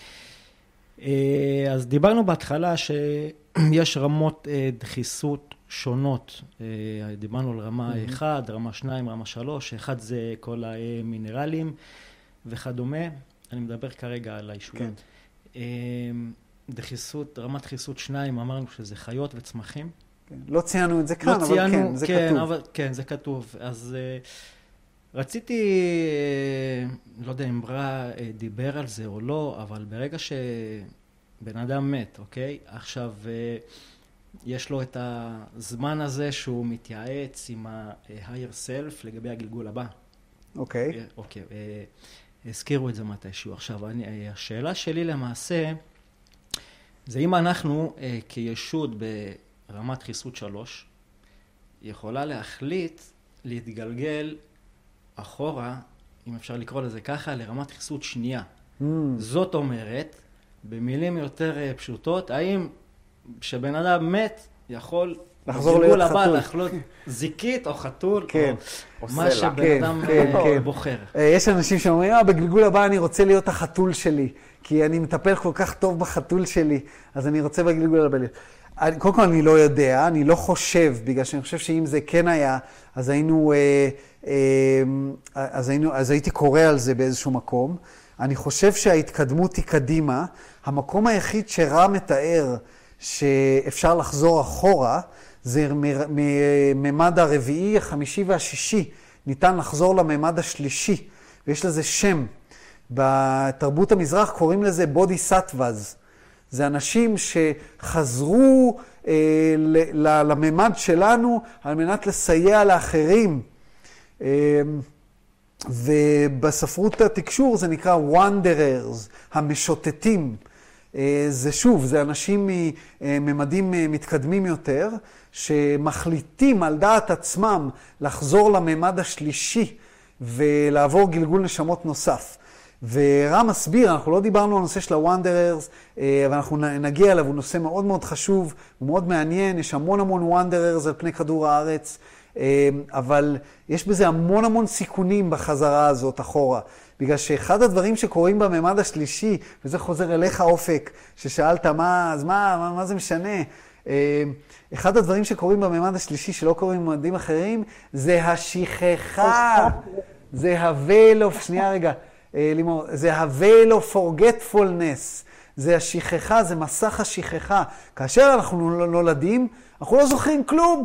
אז דיברנו בהתחלה שיש רמות דחיסות שונות. דיברנו על רמה 1, רמה 2, רמה 3. 1 זה כל המינרלים וכדומה. אני מדבר כרגע על הישויות. כן. רמת דחיסות 2, אמרנו שזה חיות וצמחים. כן. לא ציינו את זה כאן, אבל כן, זה כן, כתוב. אבל, כן, זה כתוב. אז רציתי, לא יודע אם ברא דיבר על זה או לא, אבל ברגע שבן אדם מת, אוקיי? עכשיו יש לו את הזמן הזה שהוא מתייעץ עם ה-higher self לגבי הגלגול הבא. אוקיי. אוקיי, הזכירו את זה מתישהו. עכשיו, השאלה שלי למעשה, זה אם אנחנו כישות ברמת דחיסות 3, יכולה להחליט להתגלגל אחורה, אם אפשר לקרוא לזה ככה, לרמת דחיסות שנייה. זאת אומרת, במילים יותר פשוטות, האם שבן אדם מת יכול לחזור להיות חתול. לחלות זיקית או חתול, כן. או מה שבן אדם בוחר. יש אנשים שאומרים, בגלגול הבא אני רוצה להיות החתול שלי, כי אני מטפל כל כך טוב בחתול שלי, אז אני רוצה בגלגול הבא להיות. קודם כל אני לא יודע, אני לא חושב, בגלל שאני חושב שאם זה כן היה, אז הייתי קורא על זה באיזשהו מקום. אני חושב שההתקדמות היא קדימה. המקום היחיד שרע מתאר שאפשר לחזור אחורה, זה ממד הרביעי, החמישי והשישי. ניתן לחזור לממד השלישי, ויש לזה שם. בתרבות המזרח קוראים לזה בודיסטווס. זה אנשים שחזרו לממד שלנו על מנת לסייע לאחרים. ובספרות התקשור זה נקרא wanderers, המשוטטים. זה שוב, זה אנשים מממדים מתקדמים יותר, שמחליטים על דעת עצמם לחזור לממד השלישי ולעבור גלגול נשמות נוסף. ורם מסביר, אנחנו לא דיברנו על נושא של הוונדררס, אבל אנחנו נגיע אליו, הוא נושא מאוד מאוד חשוב, הוא מאוד מעניין, יש המון וונדררס על פני כדור הארץ, אבל יש בזה המון סיכונים בחזרה הזאת אחורה. בגלל שאחד הדברים שקורים בממד השלישי, וזה חוזר אליך אופק, ששאלת מה זה משנה, אחד הדברים שקורים בממד השלישי שלא קורים בממדים אחרים, זה השכחה, זה ה-veil of, שנייה רגע, לימור, זה ה-veil of forgetfulness, זה השכחה, זה מסך השכחה. כאשר אנחנו נולדים, אנחנו לא זוכרים כלום.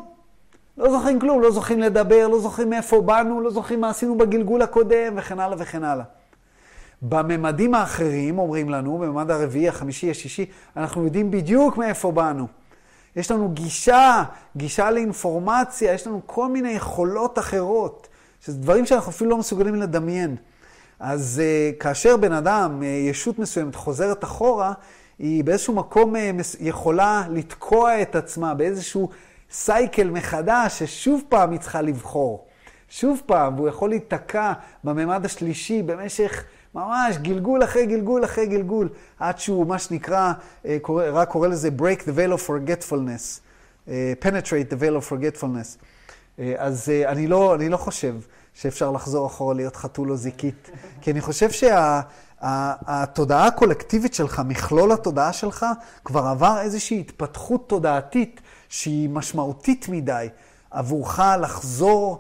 לא זוכרים לדבר, לא זוכרים מאיפה באנו, לא זוכרים מה עשינו בגלגול הקודם, וכן הלאה וכן הלאה. בממדים האחרים, אומרים לנו, בממד הרביעי, החמישי, השישי, אנחנו יודעים בדיוק מאיפה באנו. יש לנו גישה לאינפורמציה, יש לנו כל מיני יכולות אחרות, שזה דברים שאנחנו אפילו לא מסוגלים לדמיין. אז כאשר בן אדם, ישות מסוימת, חוזרת אחורה, היא באיזשהו מקום יכולה לתקוע את עצמה, באיזשהו סייקל מחדש, ששוב פעם היא צריכה לבחור. שוב פעם, והוא יכול להתקע בממד השלישי במשך ממש גלגול אחרי גלגול אחרי גלגול, עד שהוא מה שנקרא, רק קורא לזה break the veil of forgetfulness, penetrate the veil of forgetfulness. אז אני לא חושב שאפשר לחזור אחורה להיות חתול או זיקית, כי אני חושב שהתודעה הקולקטיבית שלך, מכלול התודעה שלך, כבר עבר איזושהי התפתחות תודעתית שהיא משמעותית מדי עבורך לחזור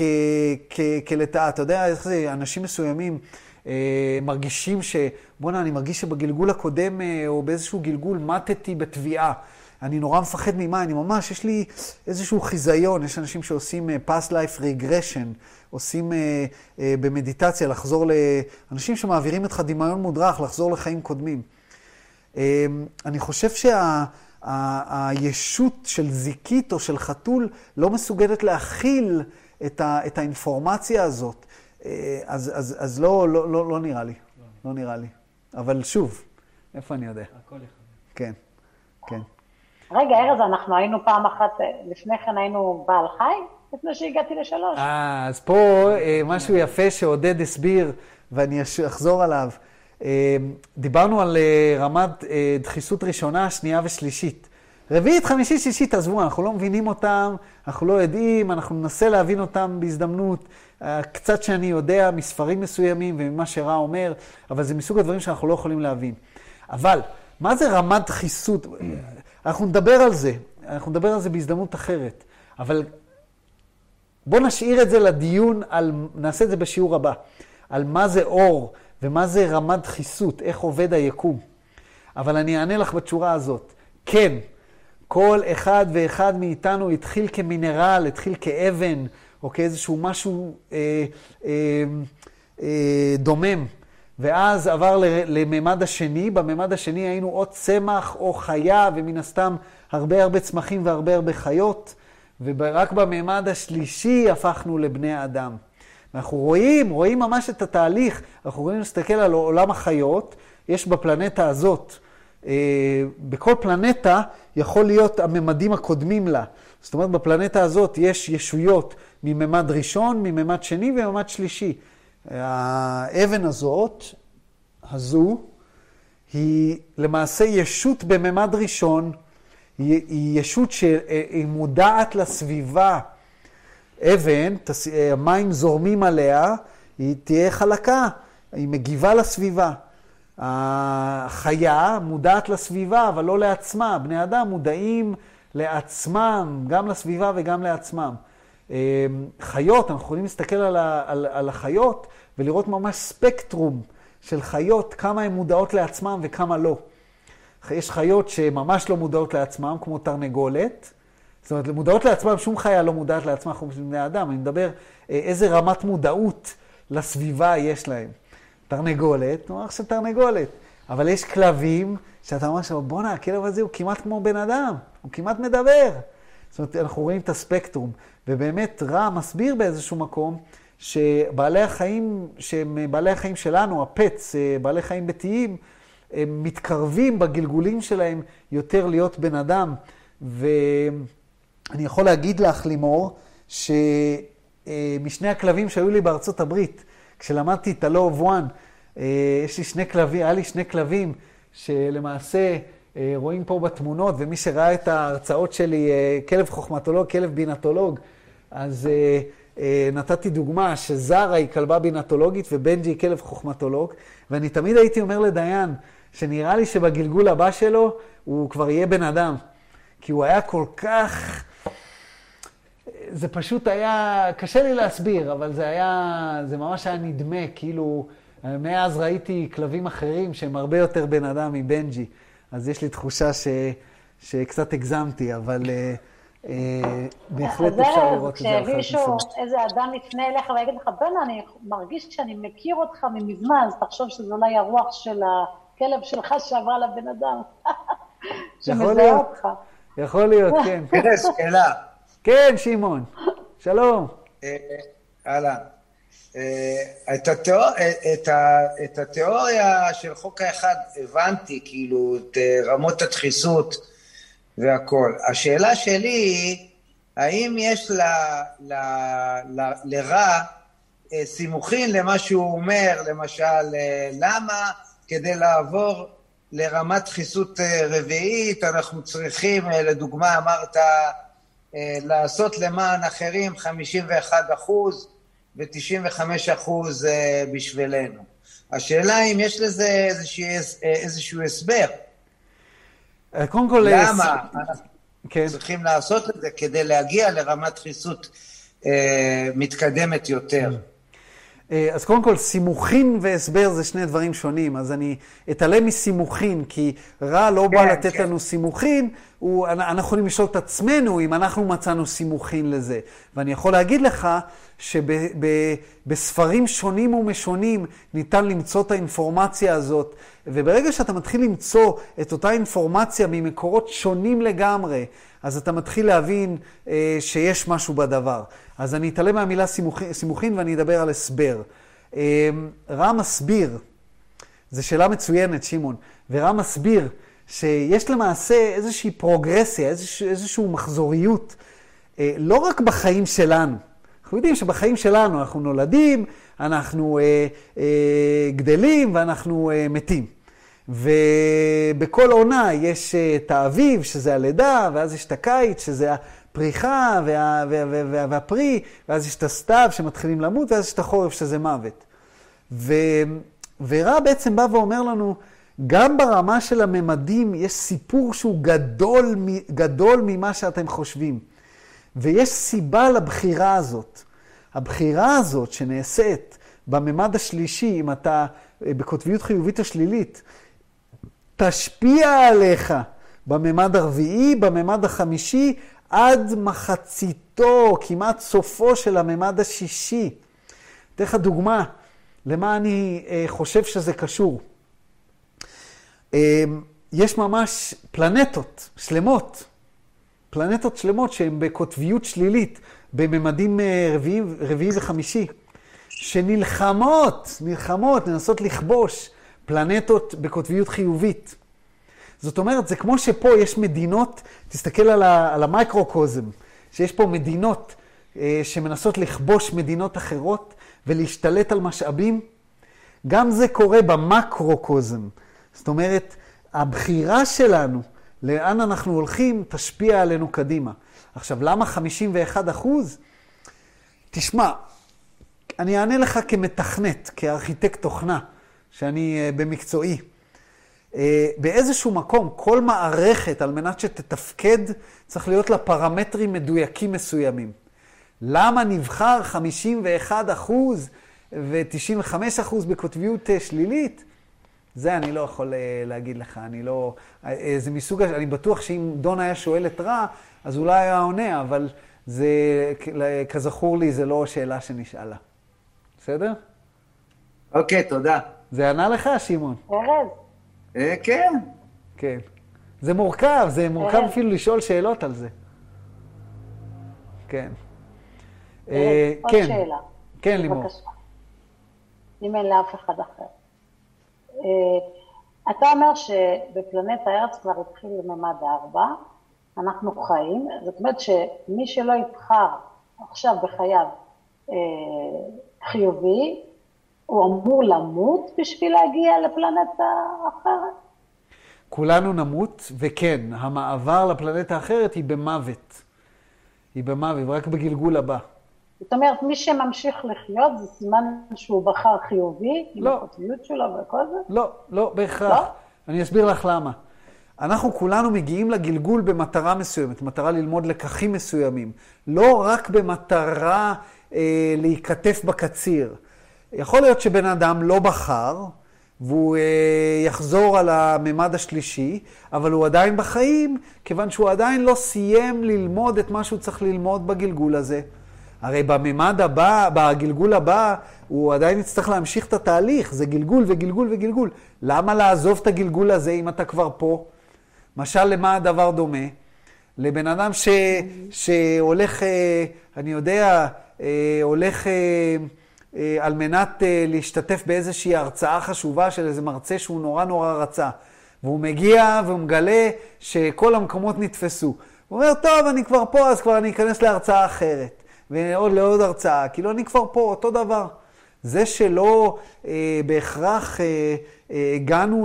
כלתאה. אתה יודע איך זה, אנשים מסוימים מרגישים אני מרגיש שבגלגול הקודם או באיזשהו גלגול מתתי בתביעה. אני נורא מפחד ממה, יש לי איזשהו חיזיון. יש אנשים שעושים past life regression, עושים במדיטציה לחזור אנשים שמעבירים אותך דמיון מודרך, לחזור לחיים קודמים. אני חושב הישות של זיקית או של חתול לא מסוגלת להכיל את האינפורמציה הזאת. אז לא נראה לי. לא נראה לי. אבל שוב, איפה אני יודע? הכל יכול. כן, כן. רגע, ארז, אנחנו היינו פעם אחת, לפני כן היינו בעל חי, לפני שהגעתי ל3. אז פה משהו יפה שעודד הסביר, ואני אחזור עליו. דיברנו על רמת דחיסות ראשונה, שנייה ושלישית. רביעית, חמישית, שישית, עזבו, אנחנו לא מבינים אותם, אנחנו לא יודעים, אנחנו ננסה להבין אותם בהזדמנות, קצת שאני יודע מספרים מסוימים וממה שרע אומר, אבל זה מסוג הדברים שאנחנו לא יכולים להבין. אבל, מה זה רמת דחיסות? אנחנו נדבר על זה בהזדמנות אחרת, אבל בוא נשאיר את זה לדיון, נעשה את זה בשיעור הבא, על מה זה אור ומה זה רמת דחיסות, איך עובד היקום. אבל אני אענה לך בתשורה הזאת, כן, כל אחד ואחד מאיתנו התחיל כמינרל, התחיל כאבן, או כאיזשהו משהו דומם, ואז עבר לממד השני. בממד השני היינו או צמח או חיה, ומן הסתם הרבה צמחים והרבה חיות, ורק בממד השלישי הפכנו לבני אדם. ואנחנו רואים ממש את התהליך, אנחנו רואים להסתכל על עולם החיות, יש בפלנטה הזאת, בכל פלנטה יכול להיות הממדים הקודמים לה. זאת אומרת, בפלנטה הזאת יש ישויות מממד ראשון, מממד שני וממד שלישי. האבן הזו, היא למעשה ישות בממד ראשון, היא ישות שהיא מודעת לסביבה. אבן, המים זורמים עליה, היא תהיה חלקה, היא מגיבה לסביבה. החיה מודעת לסביבה, אבל לא לעצמה. בני אדם מודעים לעצמם, גם לסביבה וגם לעצמם. חיות, אנחנו יכולים להסתכל על החיות ולראות ממש ספקטרום של חיות, כמה הן מודעות לעצמם וכמה לא. יש חיות שממש לא מודעות לעצמם, כמו תרנגולת. זאת אומרת, מודעות לעצמם, שום חיה לא מודעת לעצמם כמו בני אדם. אני מדבר איזה רמת מודעות לסביבה יש להם. תרנגולת, נאמר עכשיו תרנגולת. אבל יש כלבים שאתה אומר בוא'נה, הכלב הזה הוא כמעט כמו בן אדם, הוא כמעט מדבר. זאת אומרת, אנחנו רואים את הספקטרום, ובאמת רע מסביר באיזשהו מקום שבעלי החיים, שהם בעלי החיים שלנו, הפץ, בעלי חיים ביתיים, הם מתקרבים בגלגולים שלהם יותר להיות בן אדם. ואני יכול להגיד לך, לימור, שמשני הכלבים שהיו לי בארצות הברית, כשלמדתי את ה-Law of One, יש לי שני כלבים, היה לי שני כלבים שלמעשה רואים פה בתמונות, ומי שראה את ההרצאות שלי, כלב חוכמטולוג, כלב בינתולוג, אז נתתי דוגמה שזרה היא כלבה בינתולוגית ובנג'י היא כלב חוכמטולוג, ואני תמיד הייתי אומר לדיין שנראה לי שבגלגול הבא שלו הוא כבר יהיה בן אדם, כי הוא היה כל כך... זה פשוט היה, קשה לי להסביר, אבל זה ממש היה נדמה, כאילו, מאז ראיתי כלבים אחרים שהם הרבה יותר בן אדם מבנג'י, אז יש לי תחושה שקצת הגזמתי, אבל בהחלט אפשר לראות את זה על כשמישהו, איזה אדם יפנה אליך ויגיד לך, בנה, אני מרגיש שאני מכיר אותך ממזמן, אז תחשוב שזה אולי הרוח של הכלב שלך שעברה לבן אדם, שמזהה אותך. יכול להיות, כן. שאלה. כן, שמעון. שלום. הלאה. את התיאוריה של חוק האחד הבנתי, כאילו, את רמות הדחיסות והכל. השאלה שלי היא, האם יש לרע סימוכין למה שהוא אומר, למשל, למה כדי לעבור לרמת דחיסות רביעית, אנחנו צריכים, לדוגמה, אמרת, לעשות למען אחרים 51% ו-95% בשבילנו. השאלה אם יש לזה איזשהו הסבר. קודם כל... למה אנחנו צריכים לעשות את זה כדי להגיע לרמת דחיסות מתקדמת יותר? אז קודם כל, סימוכין והסבר זה שני דברים שונים, אז אני אתעלם מסימוכין, כי רע לא בא לתת לנו סימוכין, אנחנו יכולים לשאול את עצמנו אם אנחנו מצאנו סימוכין לזה. ואני יכול להגיד לך שבספרים שונים ומשונים ניתן למצוא את האינפורמציה הזאת, וברגע שאתה מתחיל למצוא את אותה אינפורמציה ממקורות שונים לגמרי, אז אתה מתחיל להבין שיש משהו בדבר. אז אני אתעלם מהמילה סימוכין ואני אדבר על הסבר. רע מסביר, זו שאלה מצוינת, שמעון, ורע מסביר שיש למעשה איזושהי פרוגרסיה, איזושהי מחזוריות, לא רק בחיים שלנו. אנחנו יודעים שבחיים שלנו אנחנו נולדים, אנחנו גדלים ואנחנו מתים. ובכל עונה יש את האביב, שזה הלידה, ואז יש את הקיץ, שזה הפריחה והפרי, ואז יש את הסתיו שמתחילים למות, ואז יש את החורף שזה מוות. ורע בעצם בא ואומר לנו, גם ברמה של הממדים יש סיפור שהוא גדול ממה שאתם חושבים. ויש סיבה לבחירה הזאת. הבחירה הזאת שנעשית בממד השלישי, אם אתה בקוטביות חיובית או שלילית, תשפיע עליך בממד הרביעי, בממד החמישי, עד מחציתו, כמעט סופו של הממד השישי. אתן לך דוגמה למה אני חושב שזה קשור. יש ממש פלנטות שלמות שהן בקוטביות שלילית, בממדים רביעי וחמישי, שנלחמות, לנסות לכבוש פלנטות בקוטביות חיובית. זאת אומרת, זה כמו שפה יש מדינות, תסתכל על המייקרוקוזם, שיש פה מדינות שמנסות לכבוש מדינות אחרות ולהשתלט על משאבים. גם זה קורה במקרוקוזם. זאת אומרת, הבחירה שלנו, לאן אנחנו הולכים, תשפיע עלינו קדימה. עכשיו, למה 51%? תשמע, אני אענה לך כמתכנת, כארכיטקט תוכנה, שאני במקצועי. באיזשהו מקום, כל מערכת, על מנת שתתפקד, צריך להיות לה פרמטרים מדויקים מסוימים. למה נבחר 51% ו-95% בקוטביות שלילית? זה אני לא יכול להגיד לך, זה מסוג, אני בטוח שאם דון היה שואל את רע, אז אולי היה עונה, אבל זה, כזכור לי, זה לא שאלה שנשאלה. בסדר? אוקיי, תודה. זה ענה לך, שמעון? ארז. כן. כן. זה מורכב אפילו לשאול שאלות על זה. כן. עוד שאלה. כן, לימור. בבקשה. אם אין לאף אחד אחר. אתה אומר שבפלנט הארץ כבר התחיל לממד 4, אנחנו חיים, זאת אומרת שמי שלא יבחר עכשיו בחייו חיובי, הוא אמור למות בשביל להגיע לפלנטה אחרת? כולנו נמות, וכן, המעבר לפלנטה האחרת היא במוות. היא במוות, רק בגלגול הבא. זאת אומרת, מי שממשיך לחיות זה סימן שהוא בחר חיובי, עם הקוטביות שלו וכל זה? לא, לא בהכרח. לא? אני אסביר לך למה. אנחנו כולנו מגיעים לגלגול במטרה מסוימת, מטרה ללמוד לקחים מסוימים. לא רק במטרה להיכתף בקציר. יכול להיות שבן אדם לא בחר, והוא יחזור על הממד השלישי, אבל הוא עדיין בחיים, כיוון שהוא עדיין לא סיים ללמוד את מה שהוא צריך ללמוד בגלגול הזה. הרי בממד הבא, בגלגול הבא, הוא עדיין יצטרך להמשיך את התהליך, זה גלגול וגלגול וגלגול. למה לעזוב את הגלגול הזה אם אתה כבר פה? משל למה הדבר דומה? לבן אדם שהולך, אני יודע, הולך על מנת להשתתף באיזושהי הרצאה חשובה של איזה מרצה שהוא נורא נורא רצה. והוא מגיע והוא מגלה שכל המקומות נתפסו. הוא אומר, טוב, אני כבר פה, אז כבר אני אכנס להרצאה אחרת. ועוד לעוד הרצאה, כאילו אני כבר פה, אותו דבר. זה שלא בהכרח הגענו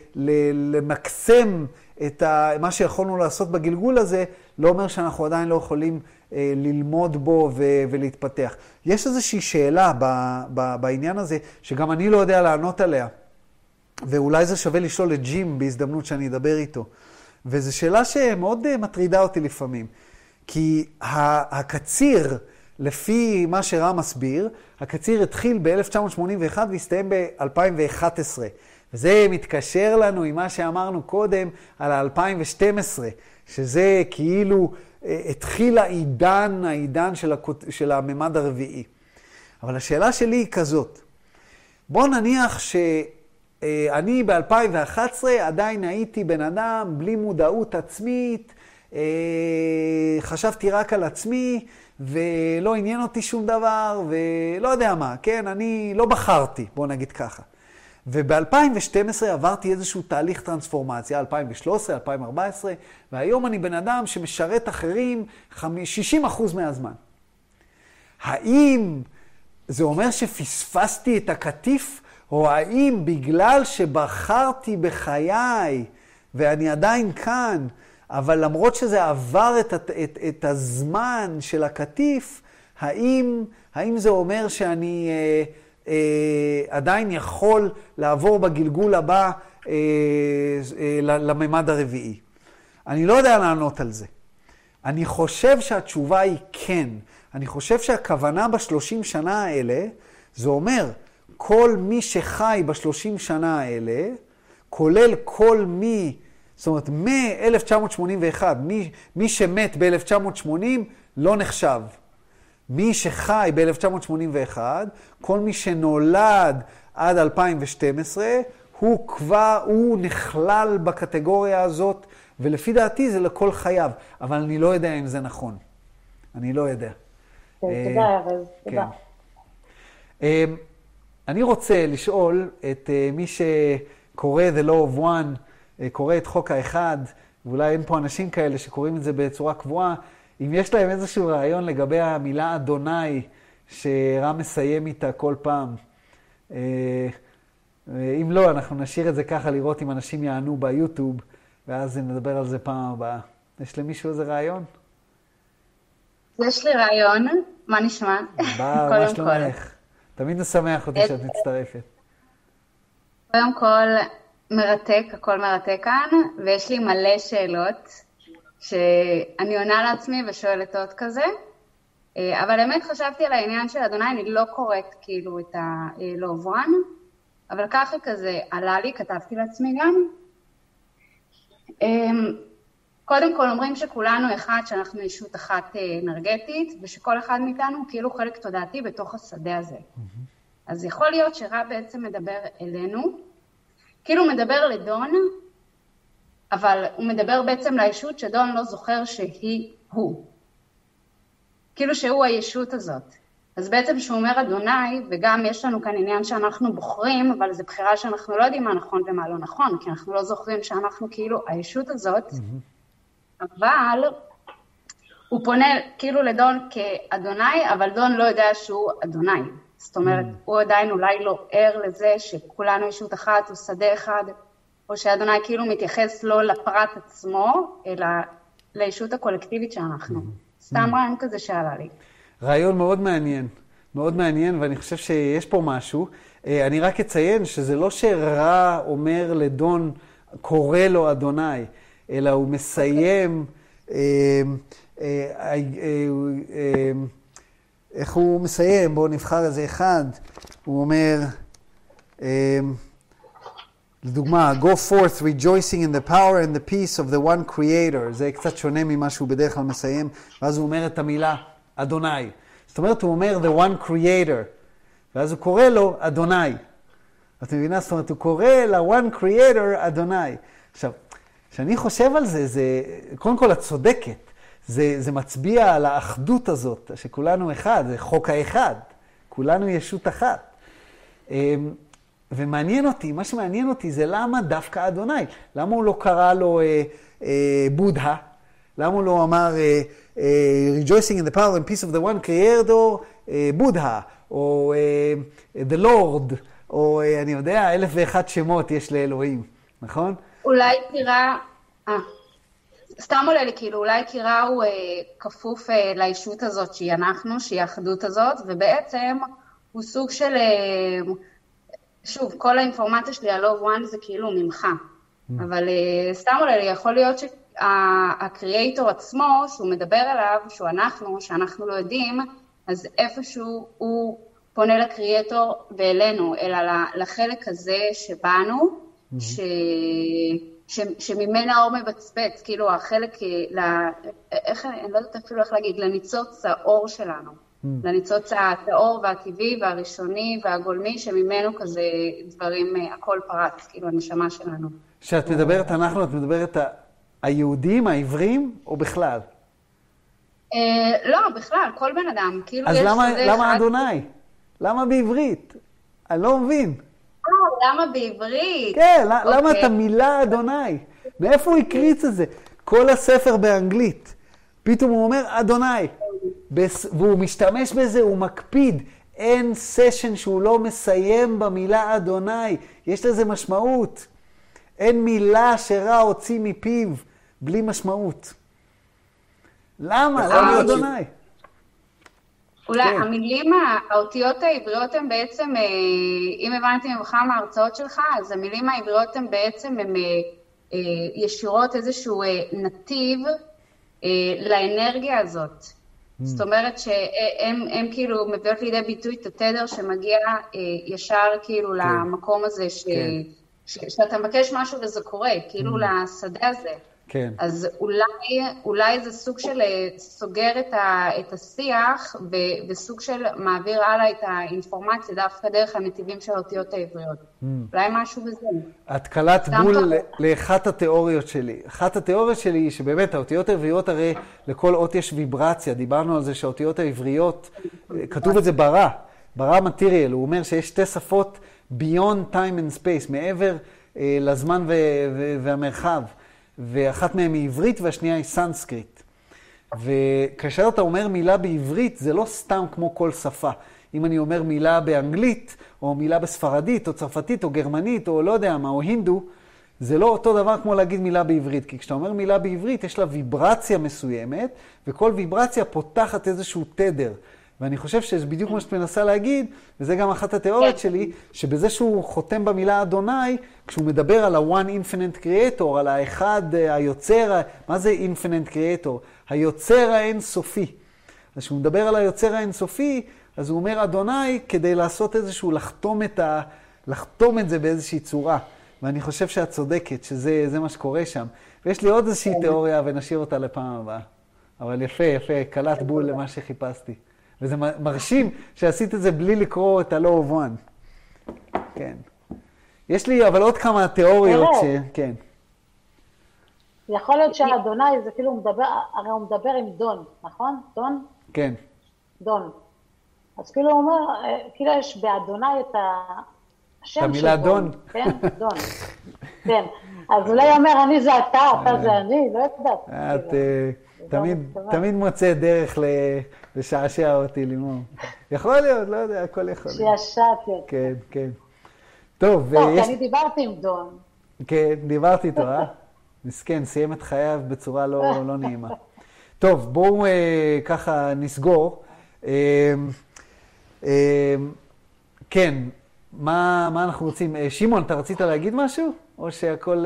למקסם את מה שיכולנו לעשות בגלגול הזה, לא אומר שאנחנו עדיין לא יכולים ללמוד בו ולהתפתח. יש איזושהי שאלה בעניין הזה, שגם אני לא יודע לענות עליה, ואולי זה שווה לשאול את ג'ים בהזדמנות שאני אדבר איתו. וזו שאלה שמאוד מטרידה אותי לפעמים. כי הקציר, לפי מה שרם מסביר, הקציר התחיל ב-1981 והסתיים ב-2011. וזה מתקשר לנו עם מה שאמרנו קודם על ה-2012, שזה כאילו התחיל העידן של הממד הרביעי. אבל השאלה שלי היא כזאת. בוא נניח שאני ב-2011 עדיין הייתי בן אדם בלי מודעות עצמית, חשבתי רק על עצמי, ולא עניין אותי שום דבר, ולא יודע מה, כן? אני לא בחרתי, בוא נגיד ככה. וב-2012 עברתי איזשהו תהליך טרנספורמציה, 2013, 2014, והיום אני בן אדם שמשרת אחרים 60% מהזמן. האם זה אומר שפספסתי את הקטיף, או האם בגלל שבחרתי בחיי, ואני עדיין כאן, אבל למרות שזה עבר את הזמן של הקטיף, האם זה אומר שאני עדיין יכול לעבור בגלגול הבא לממד הרביעי? אני לא יודע לענות על זה. אני חושב שהתשובה היא כן. אני חושב שהכוונה ב-30 שנה האלה, זה אומר, כל מי שחי ב-30 שנה האלה, כולל כל מי, זאת אומרת, מ-1981, מי שמת ב-1980 לא נחשב. מי שחי ב-1981, כל מי שנולד עד 2012, הוא נכלל בקטגוריה הזאת, ולפי דעתי זה לכל חייו. אבל אני לא יודע אם זה נכון. אני לא יודע. תודה, ארז. תודה. אני רוצה לשאול את מי שקורא The Law of One, קורא את חוק האחד, ואולי אין פה אנשים כאלה שקוראים את זה בצורה קבועה, אם יש להם איזשהו רעיון לגבי המילה אדוני, שרם מסיים איתה כל פעם. אם לא, אנחנו נשאיר את זה ככה לראות אם אנשים יענו ביוטיוב, ואז נדבר על זה פעם הבאה. יש למישהו איזה רעיון? יש לי רעיון, מה נשמע? מה שלומך? תמיד משמח אותי שאת מצטרפת. קודם כל, מרתק, הכל מרתק כאן, ויש לי מלא שאלות, שאני עונה לעצמי ושואלת עוד כזה, אבל באמת חשבתי על העניין של אדוני, אני לא קוראת כאילו את ה-Law of One, אבל ככה כזה עלה לי, כתבתי לעצמי גם. קודם כל אומרים שכולנו אחד, שאנחנו ישות אחת אנרגטית, ושכל אחד מאיתנו כאילו חלק תודעתי בתוך השדה הזה. אז יכול להיות שרב בעצם מדבר אלינו, כאילו הוא מדבר לדון, אבל הוא מדבר בעצם לישות שדון לא זוכר שהיא הוא. כאילו שהוא הישות הזאת. אז בעצם שהוא אומר אדוני, וגם יש לנו כאן עניין שאנחנו בוחרים, אבל זו בחירה שאנחנו לא יודעים מה נכון ומה לא נכון, כי אנחנו לא זוכרים שאנחנו כאילו הישות הזאת, אבל הוא פונה כאילו לדון כאדוני, אבל דון לא יודע שהוא אדוני. זאת אומרת, הוא עדיין אולי לא ער לזה שכולנו ישות אחת או שדה אחד, או שאדוני כאילו מתייחס לא לפרט עצמו, אלא לישות הקולקטיבית שאנחנו. סתם רעיון כזה שעלה לי. רעיון מאוד מעניין, מאוד מעניין, ואני חושב שיש פה משהו. אני רק אציין שזה לא שרע אומר לדון, קורא לו אדוני, אלא הוא מסיים, איך הוא מסיים? בואו נבחר איזה אחד. הוא אומר, לדוגמה, go forth rejoicing in the power and the peace of the one creator. זה קצת שונה ממה שהוא בדרך כלל מסיים. ואז הוא אומר את המילה אדוני. זאת אומרת, הוא אומר the one creator. ואז הוא קורא לו אדוני. את מבינה? זאת אומרת, הוא קורא ל-one creator אדוני. עכשיו, כשאני חושב על זה, קודם כל את צודקת. זה מצביע על האחדות הזאת, שכולנו אחד, זה חוק האחד. כולנו ישות אחת. ומעניין אותי, מה שמעניין אותי זה למה דווקא אדוני. למה הוא לא קרא לו בודה? למה הוא לא אמר rejoicing in the power and peace of the one creator, בודה, או the Lord, או אני יודע, 1001 שמות יש לאלוהים, נכון? אולי קירה, סתם עולה לי, כאילו, אולי קירה הוא כפוף לישות הזאת שהיא אנחנו, שהיא האחדות הזאת, ובעצם הוא סוג של, שוב, כל האינפורמציה שלי על Love One זה כאילו ממך, אבל סתם עולה לי, יכול להיות שהקריאטור עצמו, שהוא מדבר עליו, שהוא אנחנו, שאנחנו לא יודעים, אז איפשהו הוא פונה לקריאטור ואלינו, אלא לחלק הזה שבאנו, שממנה האור מבצבץ, כאילו החלק, אני לא יודעת אפילו איך להגיד, לניצוץ האור שלנו, לניצוץ האור והטבעי והראשוני והגולמי, שממנו כזה דברים, הכל פרץ, כאילו הנשמה שלנו. כשאת מדברת אנחנו, את מדברת היהודים, העברים, או בכלל? לא, בכלל, כל בן אדם. אז למה אדוני? למה בעברית? אני לא מבין. למה בעברית? כן, למה את המילה אדוני? מאיפה הוא הקריץ את זה? כל הספר באנגלית. פתאום הוא אומר אדוני. והוא משתמש בזה, הוא מקפיד. אין סשן שהוא לא מסיים במילה אדוני. יש לזה משמעות. אין מילה שרע הוציא מפיו בלי משמעות. למה אדוני? אולי המילים, האותיות העבריות הן בעצם, אם הבנתי ממך מההרצאות שלך, אז המילים העבריות הן בעצם ישירות איזשהו נתיב לאנרגיה הזאת. זאת אומרת שהן כאילו מביאות לידי ביטוי את התדר שמגיע ישר כאילו למקום הזה שאתה מבקש משהו וזה קורה, כאילו לשדה הזה. כן. אז אולי זה סוג של סוגר את השיח וסוג של מעביר הלאה את האינפורמציה דווקא דרך הנתיבים של האותיות העבריות. אולי משהו בזה. את קלט בול לאחת התיאוריות שלי. אחת התיאוריות שלי היא שבאמת האותיות העבריות הרי לכל אות יש ויברציה. דיברנו על זה שהאותיות העבריות, כתוב את זה ברא מטריאל. הוא אומר שיש שתי שפות beyond time and space, מעבר לזמן והמרחב. ואחת מהן היא עברית והשנייה היא סנסקריט. וכאשר אתה אומר מילה בעברית, זה לא סתם כמו כל שפה. אם אני אומר מילה באנגלית, או מילה בספרדית, או צרפתית, או גרמנית, או לא יודע מה, או הינדו, זה לא אותו דבר כמו להגיד מילה בעברית. כי כשאתה אומר מילה בעברית, יש לה ויברציה מסוימת, וכל ויברציה פותחת איזשהו תדר. ואני חושב שזה בדיוק מה שאת מנסה להגיד, וזה גם אחת התיאוריות שלי, שבזה שהוא חותם במילה אדוני, כשהוא מדבר על ה-one infinite creator, על האחד היוצר, מה זה infinite creator? היוצר האינסופי. אז כשהוא מדבר על היוצר האינסופי, אז הוא אומר אדוני כדי לעשות איזשהו, לחתום את זה באיזושהי צורה. ואני חושב שאת צודקת, שזה מה שקורה שם. ויש לי עוד איזושהי תיאוריה, ונשאיר אותה לפעם הבאה. אבל יפה, קלט בול למה שחיפשתי. וזה מרשים שעשית את זה בלי לקרוא את ה-Law of One. כן. יש לי אבל עוד כמה תיאוריות כן. יכול להיות שהאדוני זה כאילו הוא מדבר, הרי הוא מדבר עם דון, נכון? דון? כן. דון. אז כאילו הוא אומר, כאילו יש באדוני את השם שלו. את המילה דון. כן, דון. כן. אז אולי אומר, אני זה אתה זה אני, לא יודעת. תמיד מוצא דרך לשעשע אותי, לימור. יכול להיות, לא יודע, הכל יכול להיות. שעשעתי אותי. כן, כן. טוב, כי אני דיברתי עם דון. כן, דיברתי איתו, מסכן, סיים את חייו בצורה לא נעימה. טוב, בואו ככה נסגור. כן, מה אנחנו רוצים? שמעון, אתה רצית להגיד משהו? או שהכל...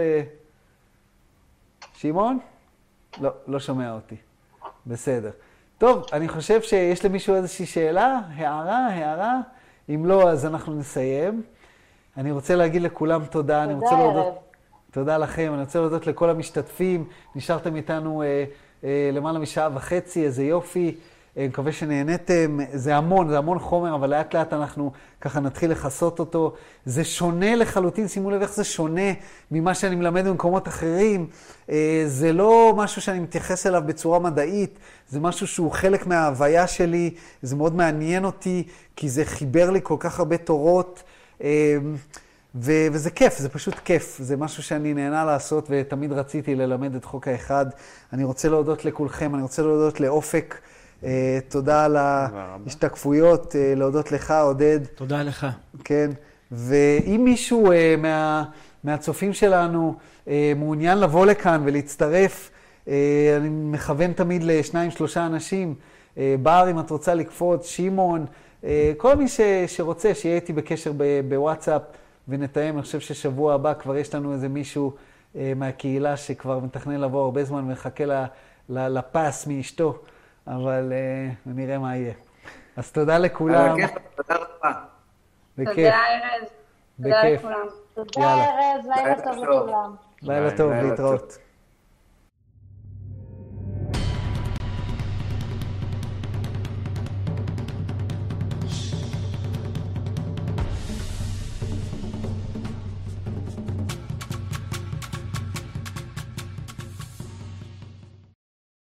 שמעון? לא שומע אותי. בסדר. טוב, אני חושב שיש למישהו איזושהי שאלה, הערה. אם לא, אז אנחנו נסיים. אני רוצה להגיד לכולם תודה. תודה, ערב. תודה לכם. אני רוצה להודות לכל המשתתפים. נשארתם איתנו למעלה משעה וחצי, איזה יופי. אני מקווה שנהנתם. זה המון חומר, אבל לאט לאט אנחנו ככה נתחיל לחסות אותו. זה שונה לחלוטין, שימו לב איך זה שונה ממה שאני מלמד במקומות אחרים. זה לא משהו שאני מתייחס אליו בצורה מדעית, זה משהו שהוא חלק מההוויה שלי, זה מאוד מעניין אותי, כי זה חיבר לי כל כך הרבה תורות, וזה כיף, זה פשוט כיף. זה משהו שאני נהנה לעשות, ותמיד רציתי ללמד את חוק האחד. אני רוצה להודות לכולכם, אני רוצה להודות לאופק, תודה על ההשתקפויות, להודות לך, עודד. תודה לך. כן. ואם מישהו מהצופים שלנו מעוניין לבוא לכאן ולהצטרף, אני מכוון תמיד ל2-3 אנשים. בר, אם את רוצה לקפוץ, שמעון, כל מי שרוצה, שיהיה איתי בקשר בוואטסאפ ונתאם. אני חושב ששבוע הבא כבר יש לנו איזה מישהו מהקהילה שכבר מתכנן לבוא הרבה זמן ומחכה לפס מאשתו. אבל נראה מה יהיה. אז תודה לכולם. תודה רבה. תודה ארז. תודה לכולם. תודה ארז, לילה טוב לכולם. לילה טוב, להתראות.